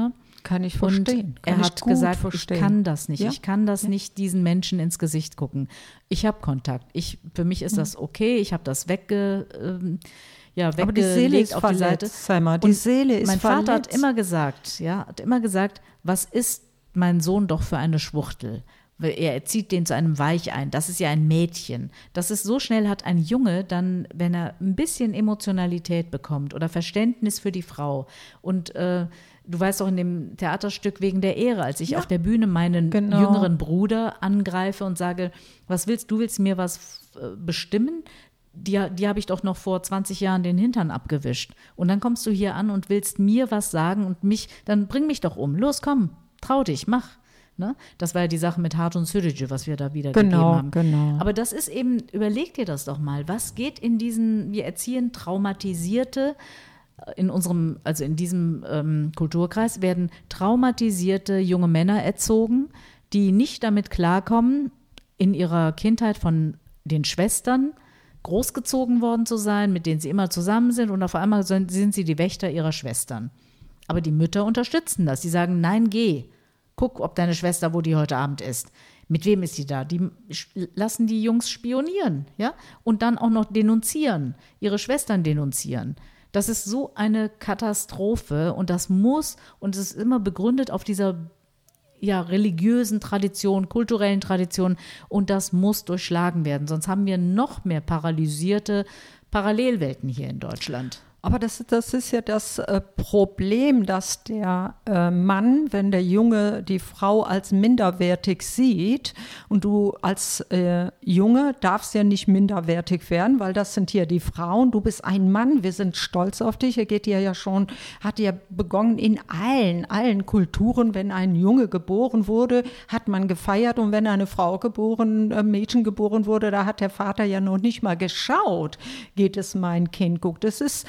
Kann ich verstehen. Und er kann hat ich gut gesagt, verstehen. ich kann das nicht. Ja? Ich kann das ja. nicht, diesen Menschen ins Gesicht gucken. Ich habe Kontakt. Ich, für mich ist das okay. Ich habe das wegge, ähm, ja, Aber die Seele ist auf verletzt, die Seite. Sag mal, die Und Seele ist mein verletzt. Vater hat immer gesagt, ja, hat immer gesagt, was ist mein Sohn doch für eine Schwuchtel? Er erzieht den zu einem Weichein. Das ist ja ein Mädchen. Das ist so schnell hat ein Junge dann, wenn er ein bisschen Emotionalität bekommt oder Verständnis für die Frau. Und äh, du weißt auch in dem Theaterstück Wegen der Ehre, als ich Ja. auf der Bühne meinen Genau. jüngeren Bruder angreife und sage, was willst du, willst mir was äh, bestimmen? Die, die habe ich doch noch vor zwanzig Jahren den Hintern abgewischt. Und dann kommst du hier an und willst mir was sagen und mich, dann bring mich doch um. Los, komm, trau dich, mach. Ne? Das war ja die Sache mit Hatun Sürücü, was wir da wieder Genau, gegeben haben. genau. Aber das ist eben, überleg dir das doch mal, was geht in diesen, wir erziehen traumatisierte, in unserem, also in diesem ähm, Kulturkreis werden traumatisierte junge Männer erzogen, die nicht damit klarkommen, in ihrer Kindheit von den Schwestern großgezogen worden zu sein, mit denen sie immer zusammen sind und auf einmal sind, sind sie die Wächter ihrer Schwestern. Aber die Mütter unterstützen das. Sie sagen, nein, geh. Guck, ob deine Schwester, wo die heute Abend ist. Mit wem ist sie da? Die lassen die Jungs spionieren, ja? Und dann auch noch denunzieren, ihre Schwestern denunzieren. Das ist so eine Katastrophe und das muss, und es ist immer begründet auf dieser ja, religiösen Tradition, kulturellen Tradition und das muss durchschlagen werden. Sonst haben wir noch mehr paralysierte Parallelwelten hier in Deutschland. Aber das, das ist ja das äh, Problem, dass der äh, Mann, wenn der Junge die Frau als minderwertig sieht und du als äh, Junge darfst ja nicht minderwertig werden, weil das sind hier die Frauen, du bist ein Mann, wir sind stolz auf dich, er geht ja ja schon, hat ja begonnen in allen, allen Kulturen, wenn ein Junge geboren wurde, hat man gefeiert und wenn eine Frau geboren, ein Mädchen geboren wurde, da hat der Vater ja noch nicht mal geschaut, geht es mein Kind, guckt, das ist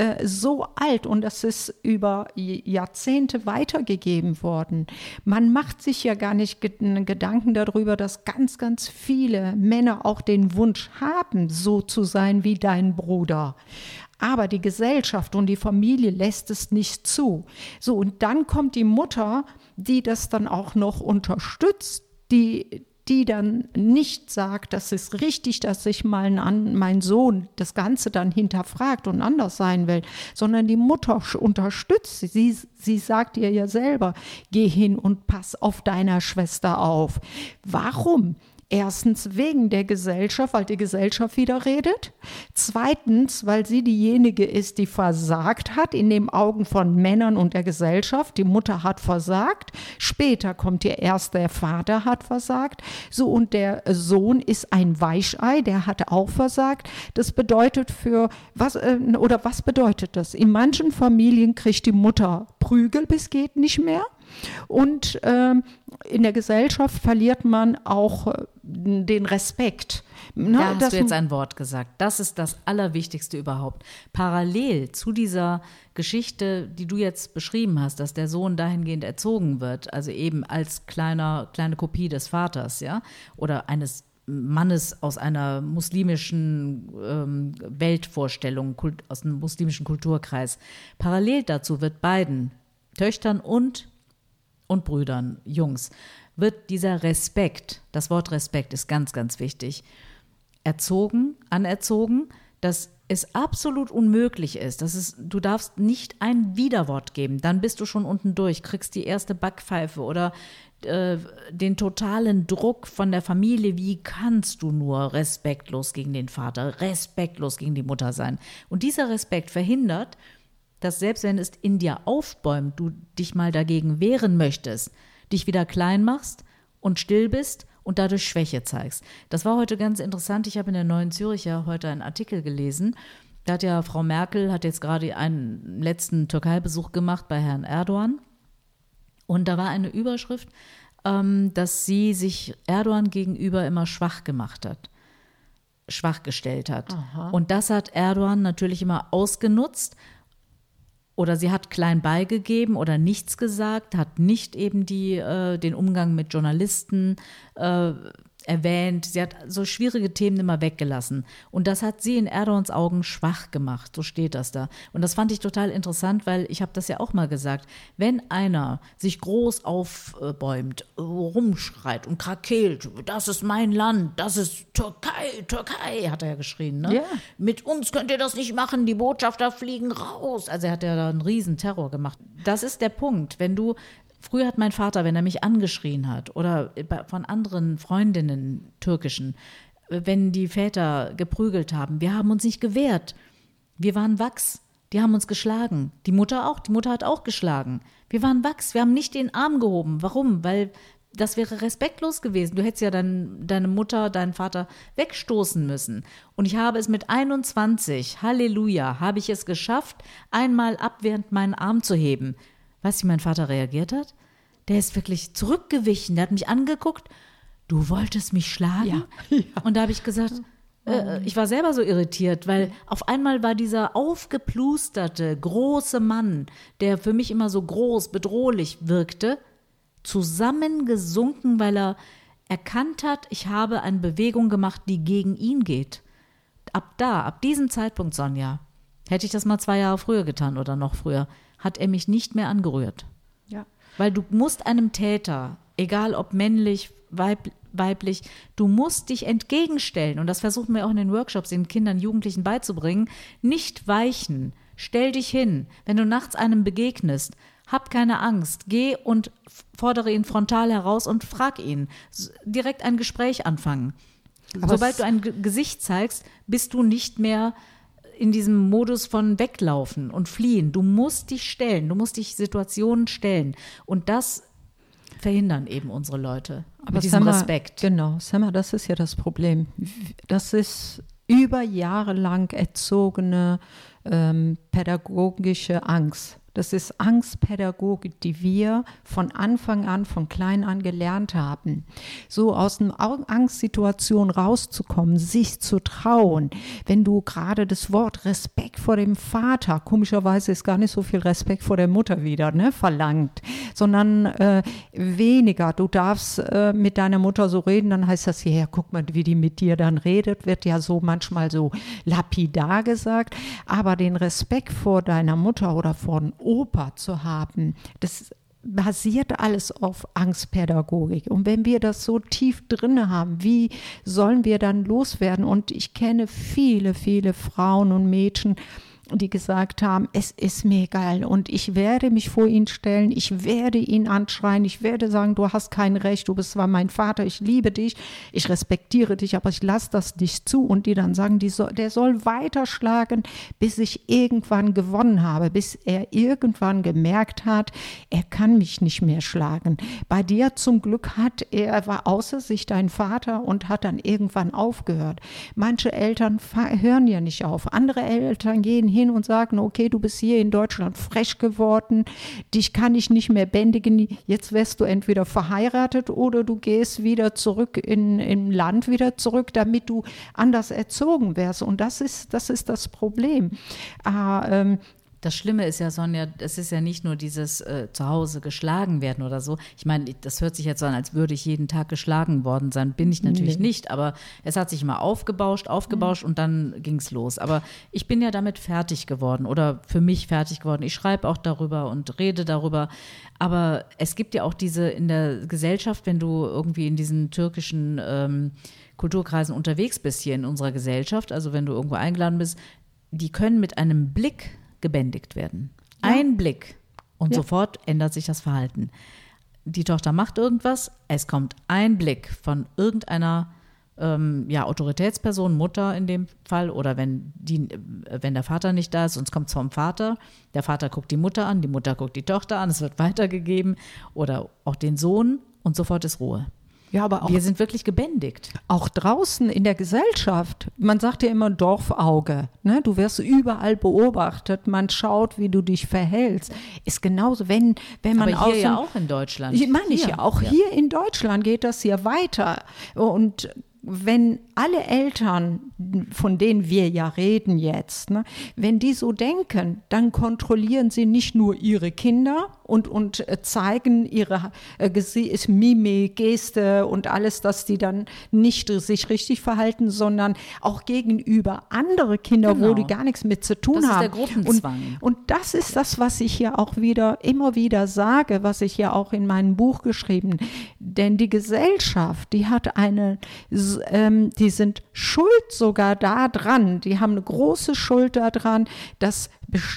so alt und das ist über Jahrzehnte weitergegeben worden. Man macht sich ja gar nicht Gedanken darüber, dass ganz, ganz viele Männer auch den Wunsch haben, so zu sein wie dein Bruder. Aber die Gesellschaft und die Familie lässt es nicht zu. So, und dann kommt die Mutter, die das dann auch noch unterstützt, die die dann nicht sagt, das ist richtig, dass sich mein, mein Sohn das Ganze dann hinterfragt und anders sein will, sondern die Mutter unterstützt sie. Sie, sie sagt ihr ja selber, geh hin und pass auf deiner Schwester auf. Warum? Erstens wegen der Gesellschaft, weil die Gesellschaft wieder redet. Zweitens, weil sie diejenige ist, die versagt hat in den Augen von Männern und der Gesellschaft. Die Mutter hat versagt. Später kommt ihr erst, der Vater hat versagt. So, und der Sohn ist ein Weichei, der hat auch versagt. Das bedeutet für, was, äh, oder was bedeutet das? In manchen Familien kriegt die Mutter Prügel bis geht nicht mehr. Und ähm, in der Gesellschaft verliert man auch äh, den Respekt. Ne, da hast du jetzt ein Wort gesagt. Das ist das Allerwichtigste überhaupt. Parallel zu dieser Geschichte, die du jetzt beschrieben hast, dass der Sohn dahingehend erzogen wird, also eben als kleiner, kleine Kopie des Vaters, ja, oder eines Mannes aus einer muslimischen ähm, Weltvorstellung, Kult, aus einem muslimischen Kulturkreis. Parallel dazu wird beiden Töchtern und und Brüdern, Jungs, wird dieser Respekt, das Wort Respekt ist ganz, ganz wichtig, erzogen, anerzogen, dass es absolut unmöglich ist, dass es, du darfst nicht ein Widerwort geben, dann bist du schon unten durch, kriegst die erste Backpfeife oder äh, den totalen Druck von der Familie, wie kannst du nur respektlos gegen den Vater, respektlos gegen die Mutter sein? Und dieser Respekt verhindert, dass selbst wenn es in dir aufbäumt, du dich mal dagegen wehren möchtest, dich wieder klein machst und still bist und dadurch Schwäche zeigst. Das war heute ganz interessant. Ich habe in der Neuen Zürcher heute einen Artikel gelesen. Da hat ja Frau Merkel, hat jetzt gerade einen letzten Türkei-Besuch gemacht bei Herrn Erdogan. Und da war eine Überschrift, ähm, dass sie sich Erdogan gegenüber immer schwach gemacht hat, schwach gestellt hat. Aha. Und das hat Erdogan natürlich immer ausgenutzt. Oder sie hat klein beigegeben oder nichts gesagt, hat nicht eben die, äh, den Umgang mit Journalisten äh, erwähnt. Sie hat so schwierige Themen immer weggelassen. Und das hat sie in Erdogans Augen schwach gemacht. So steht das da. Und das fand ich total interessant, weil ich habe das ja auch mal gesagt. Wenn einer sich groß aufbäumt, rumschreit und krakeelt, das ist mein Land, das ist Türkei, Türkei, hat er ja geschrien. Ne? Ja. Mit uns könnt ihr das nicht machen, die Botschafter fliegen raus. Also er hat ja da einen riesen Terror gemacht. Das ist der Punkt. Wenn du Früher hat mein Vater, wenn er mich angeschrien hat oder von anderen Freundinnen, türkischen, wenn die Väter geprügelt haben, wir haben uns nicht gewehrt. Wir waren Wachs. Die haben uns geschlagen. Die Mutter auch. Die Mutter hat auch geschlagen. Wir waren Wachs. Wir haben nicht den Arm gehoben. Warum? Weil das wäre respektlos gewesen. Du hättest ja dann deine Mutter, deinen Vater wegstoßen müssen. Und ich habe es mit einundzwanzig, Halleluja, habe ich es geschafft, einmal abwehrend meinen Arm zu heben. Weißt du, wie mein Vater reagiert hat? Der ist wirklich zurückgewichen. Der hat mich angeguckt. Du wolltest mich schlagen? Ja. Ja. Und da habe ich gesagt, äh, ich war selber so irritiert, weil auf einmal war dieser aufgeplusterte, große Mann, der für mich immer so groß, bedrohlich wirkte, zusammengesunken, weil er erkannt hat, ich habe eine Bewegung gemacht, die gegen ihn geht. Ab da, ab diesem Zeitpunkt, Sonja, hätte ich das mal zwei Jahre früher getan oder noch früher, hat er mich nicht mehr angerührt. Ja. Weil du musst einem Täter, egal ob männlich, weib, weiblich, du musst dich entgegenstellen. Und das versuchen wir auch in den Workshops den Kindern, Jugendlichen beizubringen. Nicht weichen. Stell dich hin. Wenn du nachts einem begegnest, hab keine Angst. Geh und fordere ihn frontal heraus und frag ihn. Direkt ein Gespräch anfangen. Aber sobald du ein G- Gesicht zeigst, bist du nicht mehr in diesem Modus von weglaufen und fliehen. Du musst dich stellen, du musst dich Situationen stellen. Und das verhindern eben unsere Leute. Aber mit diesem Sammer, Respekt. Genau, Sammer, das ist ja das Problem. Das ist über Jahre lang erzogene ähm, pädagogische Angst. Das ist Angstpädagogik, die wir von Anfang an, von klein an gelernt haben. So aus einer Angstsituation rauszukommen, sich zu trauen. Wenn du gerade das Wort Respekt vor dem Vater, komischerweise ist gar nicht so viel Respekt vor der Mutter wieder, ne, verlangt, sondern äh, weniger. Du darfst äh, mit deiner Mutter so reden, dann heißt das, ja, guck mal, wie die mit dir dann redet, wird ja so manchmal so lapidar gesagt. Aber den Respekt vor deiner Mutter oder vor dem Opa zu haben, das basiert alles auf Angstpädagogik. Und wenn wir das so tief drin haben, wie sollen wir dann loswerden? Und ich kenne viele, viele Frauen und Mädchen, die gesagt haben, es ist mir egal und ich werde mich vor ihn stellen, ich werde ihn anschreien, ich werde sagen, du hast kein Recht, du bist zwar mein Vater, ich liebe dich, ich respektiere dich, aber ich lasse das nicht zu. Und die dann sagen, die soll, der soll weiterschlagen, bis ich irgendwann gewonnen habe, bis er irgendwann gemerkt hat, er kann mich nicht mehr schlagen. Bei dir zum Glück hat er, er war außer sich dein Vater und hat dann irgendwann aufgehört. Manche Eltern hören ja nicht auf, andere Eltern gehen hin und sagen, okay, du bist hier in Deutschland frech geworden, dich kann ich nicht mehr bändigen, jetzt wirst du entweder verheiratet oder du gehst wieder zurück in, im Land wieder zurück, damit du anders erzogen wärst. Und das ist das, ist das Problem. Ah, ähm, Das Schlimme ist ja, Sonja, es ist ja nicht nur dieses äh, zu Hause geschlagen werden oder so. Ich meine, das hört sich jetzt so an, als würde ich jeden Tag geschlagen worden sein. Bin ich natürlich nee. nicht, aber es hat sich immer aufgebauscht, aufgebauscht mhm. und dann ging es los. Aber ich bin ja damit fertig geworden oder für mich fertig geworden. Ich schreibe auch darüber und rede darüber. Aber es gibt ja auch diese in der Gesellschaft, wenn du irgendwie in diesen türkischen ähm, Kulturkreisen unterwegs bist hier in unserer Gesellschaft, also wenn du irgendwo eingeladen bist, die können mit einem Blick gebändigt werden. Ja. Ein Blick und ja. sofort ändert sich das Verhalten. Die Tochter macht irgendwas, es kommt ein Blick von irgendeiner ähm, ja, Autoritätsperson, Mutter in dem Fall, oder wenn, die, wenn der Vater nicht da ist und es kommt vom Vater, der Vater guckt die Mutter an, die Mutter guckt die Tochter an, es wird weitergegeben oder auch den Sohn und sofort ist Ruhe. Ja, aber auch, wir sind wirklich gebändigt. Auch draußen in der Gesellschaft. Man sagt ja immer Dorfauge. Ne? Du wirst überall beobachtet. Man schaut, wie du dich verhältst. Ist genauso, wenn, wenn man aber hier außen, ja auch in Deutschland. Ich meine ich ja, auch ja. hier in Deutschland geht das hier weiter. Und wenn alle Eltern, von denen wir ja reden jetzt, ne, wenn die so denken, dann kontrollieren sie nicht nur ihre Kinder und, und zeigen ihre äh, Mimik, Geste und alles, dass die dann nicht sich richtig verhalten, sondern auch gegenüber andere Kinder, genau. wo die gar nichts mit zu tun das haben. Das ist der Gruppenzwang. Und, und das ist das, was ich hier auch wieder, immer wieder sage, was ich ja auch in meinem Buch geschrieben, denn die Gesellschaft, die hat eine, ähm, die sind schuld sogar daran, die haben eine große Schuld daran, dass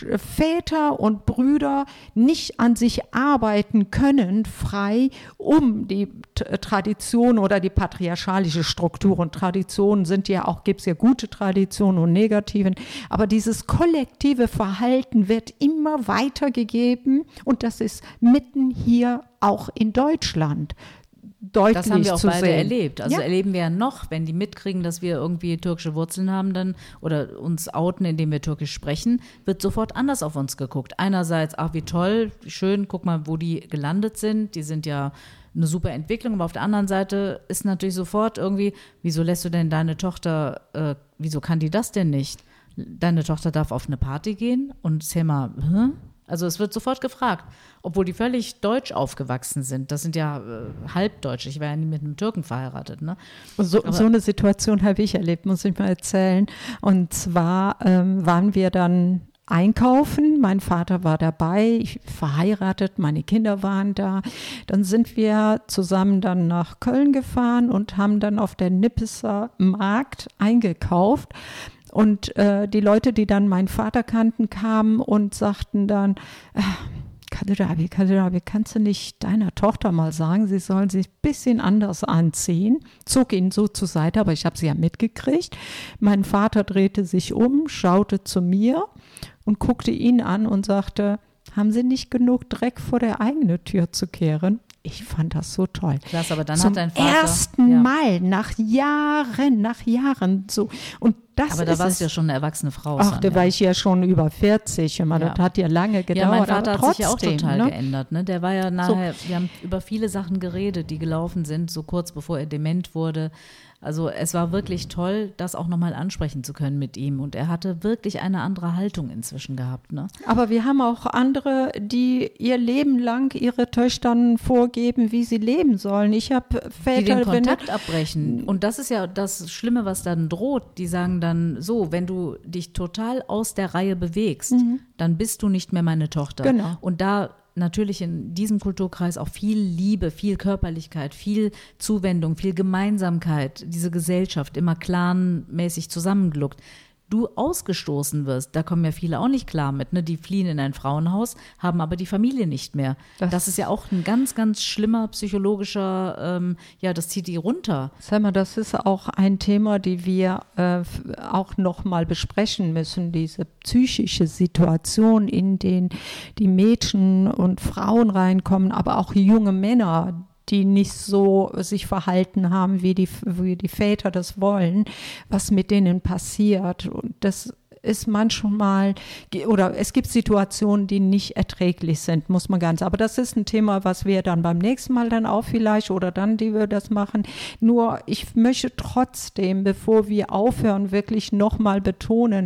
Väter und Brüder nicht an sich arbeiten können, frei, um die Tradition oder die patriarchalische Struktur. Und Traditionen sind ja auch, gibt es ja gute Traditionen und negativen, aber dieses kollektive Verhalten wird immer weitergegeben und das ist mitten hier auch in Deutschland. Deutlich das haben wir auch zu beide sehen. erlebt. Also ja. erleben wir ja noch, wenn die mitkriegen, dass wir irgendwie türkische Wurzeln haben dann oder uns outen, indem wir türkisch sprechen, wird sofort anders auf uns geguckt. Einerseits, ach wie toll, wie schön, guck mal, wo die gelandet sind. Die sind ja eine super Entwicklung, aber auf der anderen Seite ist natürlich sofort irgendwie, wieso lässt du denn deine Tochter, äh, wieso kann die das denn nicht? Deine Tochter darf auf eine Party gehen und zähl mal, hä? Also es wird sofort gefragt, obwohl die völlig deutsch aufgewachsen sind. Das sind ja äh, Halbdeutsche. Ich war ja nie mit einem Türken verheiratet. Ne? So, so eine Situation habe ich erlebt, muss ich mal erzählen. Und zwar ähm, waren wir dann einkaufen. Mein Vater war dabei, ich verheiratet, meine Kinder waren da. Dann sind wir zusammen dann nach Köln gefahren und haben dann auf der Nippeser Markt eingekauft. Und äh, die Leute, die dann meinen Vater kannten, kamen und sagten dann, äh, Kadir abi, Kadir abi, kannst du nicht deiner Tochter mal sagen, sie soll sich ein bisschen anders anziehen? Zog ihn so zur Seite, aber ich habe sie ja mitgekriegt. Mein Vater drehte sich um, schaute zu mir und guckte ihn an und sagte, haben Sie nicht genug Dreck vor der eigenen Tür zu kehren? Ich fand das so toll. Klasse, aber dann Zum hat dein Vater ersten ja. Mal nach Jahren, nach Jahren so. Und das aber da ist warst du es. ja schon eine erwachsene Frau. Ach, da ja. war ich ja schon über vierzig. Immer, Ja. Das hat ja lange gedauert. Ja, mein Vater aber hat sich ja auch trotzdem, total ne? geändert. Ne? Der war ja nachher, wir haben über viele Sachen geredet, die gelaufen sind, so kurz bevor er dement wurde. Also es war wirklich toll, das auch nochmal ansprechen zu können mit ihm. Und er hatte wirklich eine andere Haltung inzwischen gehabt. Ne? Aber wir haben auch andere, die ihr Leben lang ihre Töchtern vorgeben, wie sie leben sollen. Ich habe Väter, die den wenn Kontakt abbrechen. Und das ist ja das Schlimme, was dann droht. Die sagen dann so, wenn du dich total aus der Reihe bewegst, mhm. dann bist du nicht mehr meine Tochter. Genau. Und da natürlich in diesem Kulturkreis auch viel Liebe, viel Körperlichkeit, viel Zuwendung, viel Gemeinsamkeit, diese Gesellschaft immer clanmäßig zusammengeluckt. Du ausgestoßen wirst, da kommen ja viele auch nicht klar mit, ne? Die fliehen in ein Frauenhaus, haben aber die Familie nicht mehr. Das, das ist ja auch ein ganz, ganz schlimmer psychologischer, ähm, ja, das zieht die runter. Sag mal, das ist auch ein Thema, die wir äh, auch noch mal besprechen müssen, diese psychische Situation, in den die Mädchen und Frauen reinkommen, aber auch junge Männer, die nicht so sich verhalten haben, wie die, wie die Väter das wollen, was mit denen passiert. Und das ist manchmal, oder es gibt Situationen, die nicht erträglich sind, muss man ganz, aber das ist ein Thema, was wir dann beim nächsten Mal dann auch vielleicht, oder dann, die wir das machen. Nur ich möchte trotzdem, bevor wir aufhören, wirklich nochmal betonen,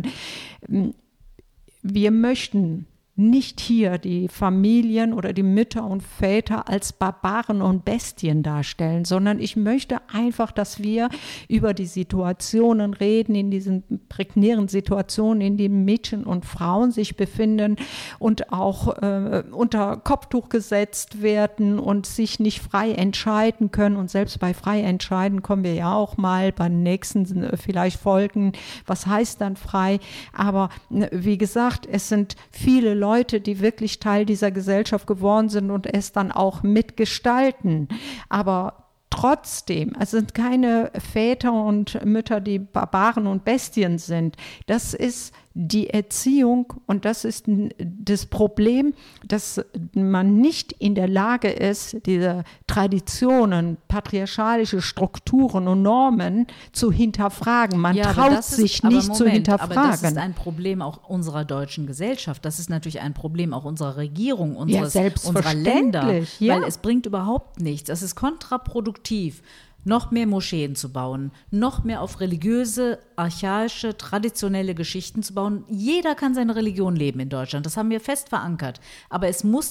wir möchten nicht hier die Familien oder die Mütter und Väter als Barbaren und Bestien darstellen, sondern ich möchte einfach, dass wir über die Situationen reden, in diesen prekären Situationen, in denen Mädchen und Frauen sich befinden und auch äh, unter Kopftuch gesetzt werden und sich nicht frei entscheiden können. Und selbst bei frei entscheiden kommen wir ja auch mal bei den nächsten äh, vielleicht Folgen. Was heißt dann frei? Aber äh, wie gesagt, es sind viele Leute, Leute, die wirklich Teil dieser Gesellschaft geworden sind und es dann auch mitgestalten. Aber trotzdem, es sind keine Väter und Mütter, die Barbaren und Bestien sind. Das ist die Erziehung und das ist das Problem, dass man nicht in der Lage ist, diese Traditionen, patriarchalische Strukturen und Normen zu hinterfragen. Man ja, traut ist, sich nicht Moment, zu hinterfragen. Aber das ist ein Problem auch unserer deutschen Gesellschaft. Das ist natürlich ein Problem auch unserer Regierung, unseres, ja, unserer Länder. Ja. Weil es bringt überhaupt nichts. Es ist kontraproduktiv, noch mehr Moscheen zu bauen, noch mehr auf religiöse, archaische, traditionelle Geschichten zu bauen. Jeder kann seine Religion leben in Deutschland, das haben wir fest verankert. Aber es muss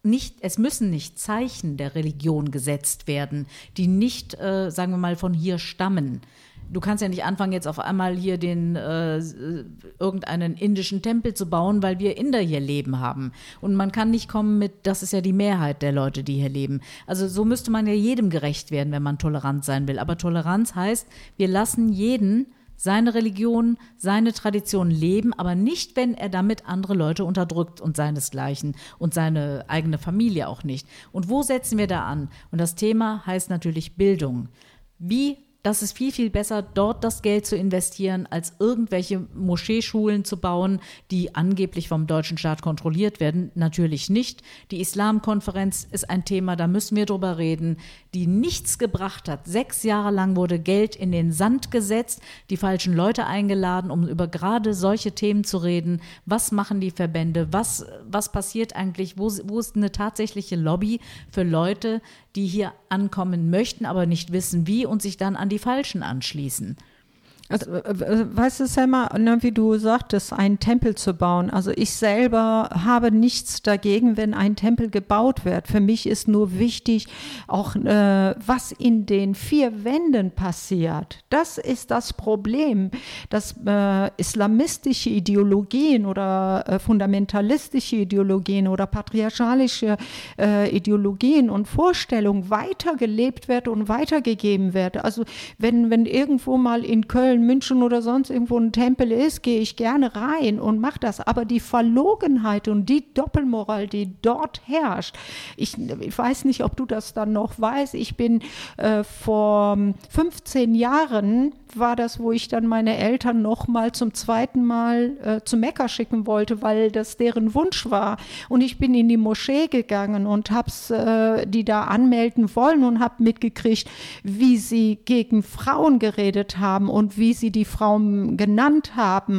nicht, es müssen nicht Zeichen der Religion gesetzt werden, die nicht, äh, sagen wir mal, von hier stammen. Du kannst ja nicht anfangen, jetzt auf einmal hier den äh, irgendeinen indischen Tempel zu bauen, weil wir Inder hier leben haben. Und man kann nicht kommen mit, das ist ja die Mehrheit der Leute, die hier leben. Also so müsste man ja jedem gerecht werden, wenn man tolerant sein will. Aber Toleranz heißt, wir lassen jeden seine Religion, seine Tradition leben, aber nicht, wenn er damit andere Leute unterdrückt und seinesgleichen und seine eigene Familie auch nicht. Und wo setzen wir da an? Und das Thema heißt natürlich Bildung. Wie Das ist viel, viel besser, dort das Geld zu investieren, als irgendwelche Moscheeschulen zu bauen, die angeblich vom deutschen Staat kontrolliert werden. Natürlich nicht. Die Islamkonferenz ist ein Thema, da müssen wir drüber reden, die nichts gebracht hat. Sechs Jahre lang wurde Geld in den Sand gesetzt, die falschen Leute eingeladen, um über gerade solche Themen zu reden. Was machen die Verbände? Was, was passiert eigentlich? Wo, wo ist eine tatsächliche Lobby für Leute, die hier ankommen möchten, aber nicht wissen wie und sich dann an die Falschen anschließen? Also, weißt du, Selma, ne, wie du sagtest, einen Tempel zu bauen. Also ich selber habe nichts dagegen, wenn ein Tempel gebaut wird. Für mich ist nur wichtig, auch äh, was in den vier Wänden passiert. Das ist das Problem, dass äh, islamistische Ideologien oder äh, fundamentalistische Ideologien oder patriarchalische äh, Ideologien und Vorstellungen weitergelebt wird und weitergegeben wird. Also wenn, wenn irgendwo mal in Köln, München oder sonst irgendwo ein Tempel ist, gehe ich gerne rein und mache das. Aber die Verlogenheit und die Doppelmoral, die dort herrscht, ich, ich weiß nicht, ob du das dann noch weißt, ich bin äh, vor fünfzehn Jahren, war das, wo ich dann meine Eltern noch mal zum zweiten Mal äh, zu Mekka schicken wollte, weil das deren Wunsch war. Und ich bin in die Moschee gegangen und habe äh, die da anmelden wollen und habe mitgekriegt, wie sie gegen Frauen geredet haben und wie sie die Frauen genannt haben.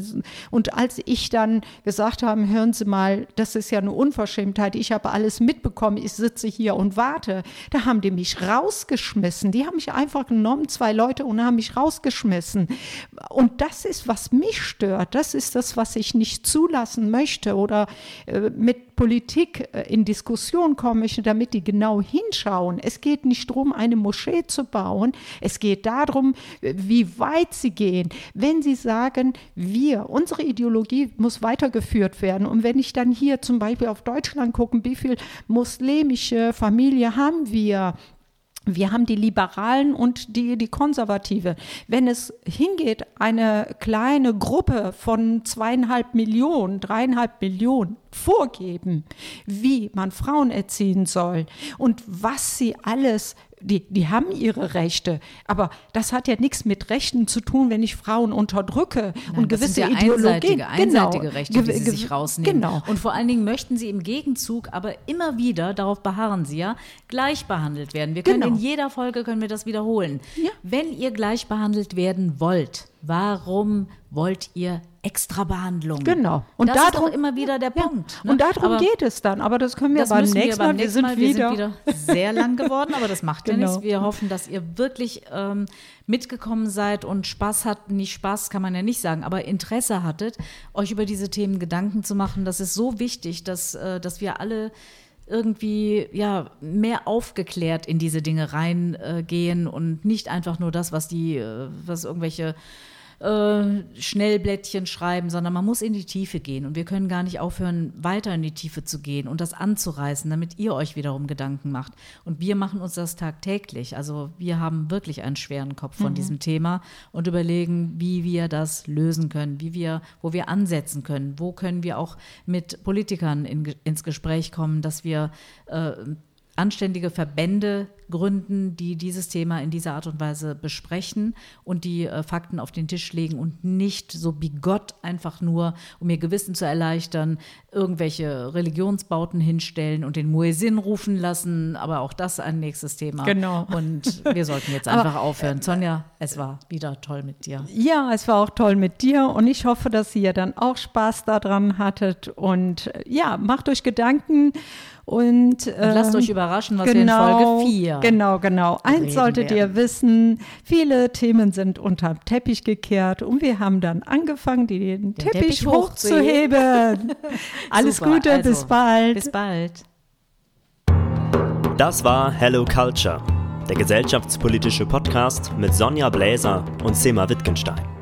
Und als ich dann gesagt habe, hören Sie mal, das ist ja eine Unverschämtheit, ich habe alles mitbekommen, ich sitze hier und warte, da haben die mich rausgeschmissen. Die haben mich einfach genommen, zwei Leute, und haben mich rausgeschmissen. Und das ist, was mich stört. Das ist das, was ich nicht zulassen möchte oder äh, mit Politik äh, in Diskussion kommen möchte, damit die genau hinschauen. Es geht nicht darum, eine Moschee zu bauen. Es geht darum, wie weit sie gehen. Wenn sie sagen, wir, unsere Ideologie muss weitergeführt werden. Und wenn ich dann hier zum Beispiel auf Deutschland gucke, wie viel muslimische Familie haben wir? Wir haben die Liberalen und die, die Konservative. Wenn es hingeht, eine kleine Gruppe von zweieinhalb Millionen, dreieinhalb Millionen vorgeben, wie man Frauen erziehen soll und was sie alles, die, die haben ihre Rechte, aber das hat ja nichts mit Rechten zu tun, wenn ich Frauen unterdrücke. Nein, und das gewisse sind ja Ideologien. einseitige, einseitige genau. Rechte, die sie sich rausnehmen. Genau. Und vor allen Dingen möchten sie im Gegenzug aber immer wieder, darauf beharren sie ja, gleich behandelt werden. Wir können Genau. in jeder Folge können wir das wiederholen. Ja. Wenn ihr gleich behandelt werden wollt, warum wollt ihr Extrabehandlung? Genau. Und das darum, ist doch immer wieder der ja. Punkt. Ne? Und darum aber geht es dann. Aber das können wir das beim müssen nächsten wir beim Mal. nächsten Wir sind Mal. Wir wieder, sind wieder sehr lang geworden, aber das macht ja Genau. nichts. Wir hoffen, dass ihr wirklich ähm, mitgekommen seid und Spaß habt. Nicht Spaß kann man ja nicht sagen, aber Interesse hattet, euch über diese Themen Gedanken zu machen. Das ist so wichtig, dass, äh, dass wir alle irgendwie ja mehr aufgeklärt in diese Dinge reingehen äh, und nicht einfach nur das, was die, äh, was irgendwelche äh, Schnellblättchen schreiben, sondern man muss in die Tiefe gehen und wir können gar nicht aufhören, weiter in die Tiefe zu gehen und das anzureißen, damit ihr euch wiederum Gedanken macht. Und wir machen uns das tagtäglich. Also wir haben wirklich einen schweren Kopf von mhm. diesem Thema und überlegen, wie wir das lösen können, wie wir, wo wir ansetzen können, wo können wir auch mit Politikern in, ins Gespräch kommen, dass wir äh, anständige Verbände gründen, die dieses Thema in dieser Art und Weise besprechen und die äh, Fakten auf den Tisch legen und nicht so bigott einfach nur, um ihr Gewissen zu erleichtern, irgendwelche Religionsbauten hinstellen und den Muezzin rufen lassen, aber auch das ein nächstes Thema. Genau. Und wir sollten jetzt einfach aber, aufhören. Sonja, es war wieder toll mit dir. Ja, es war auch toll mit dir und ich hoffe, dass ihr dann auch Spaß daran hattet und ja, macht euch Gedanken und, und lasst ähm, euch überraschen, was genau, wir in Folge vier Genau, genau. Eins solltet werden. ihr wissen, viele Themen sind unterm Teppich gekehrt und wir haben dann angefangen, den, den Teppich, Teppich hochzuheben. Alles Super, Gute, also, bis bald. Bis bald. Das war Hello Culture, der gesellschaftspolitische Podcast mit Sonja Bläser und Sema Wittgenstein.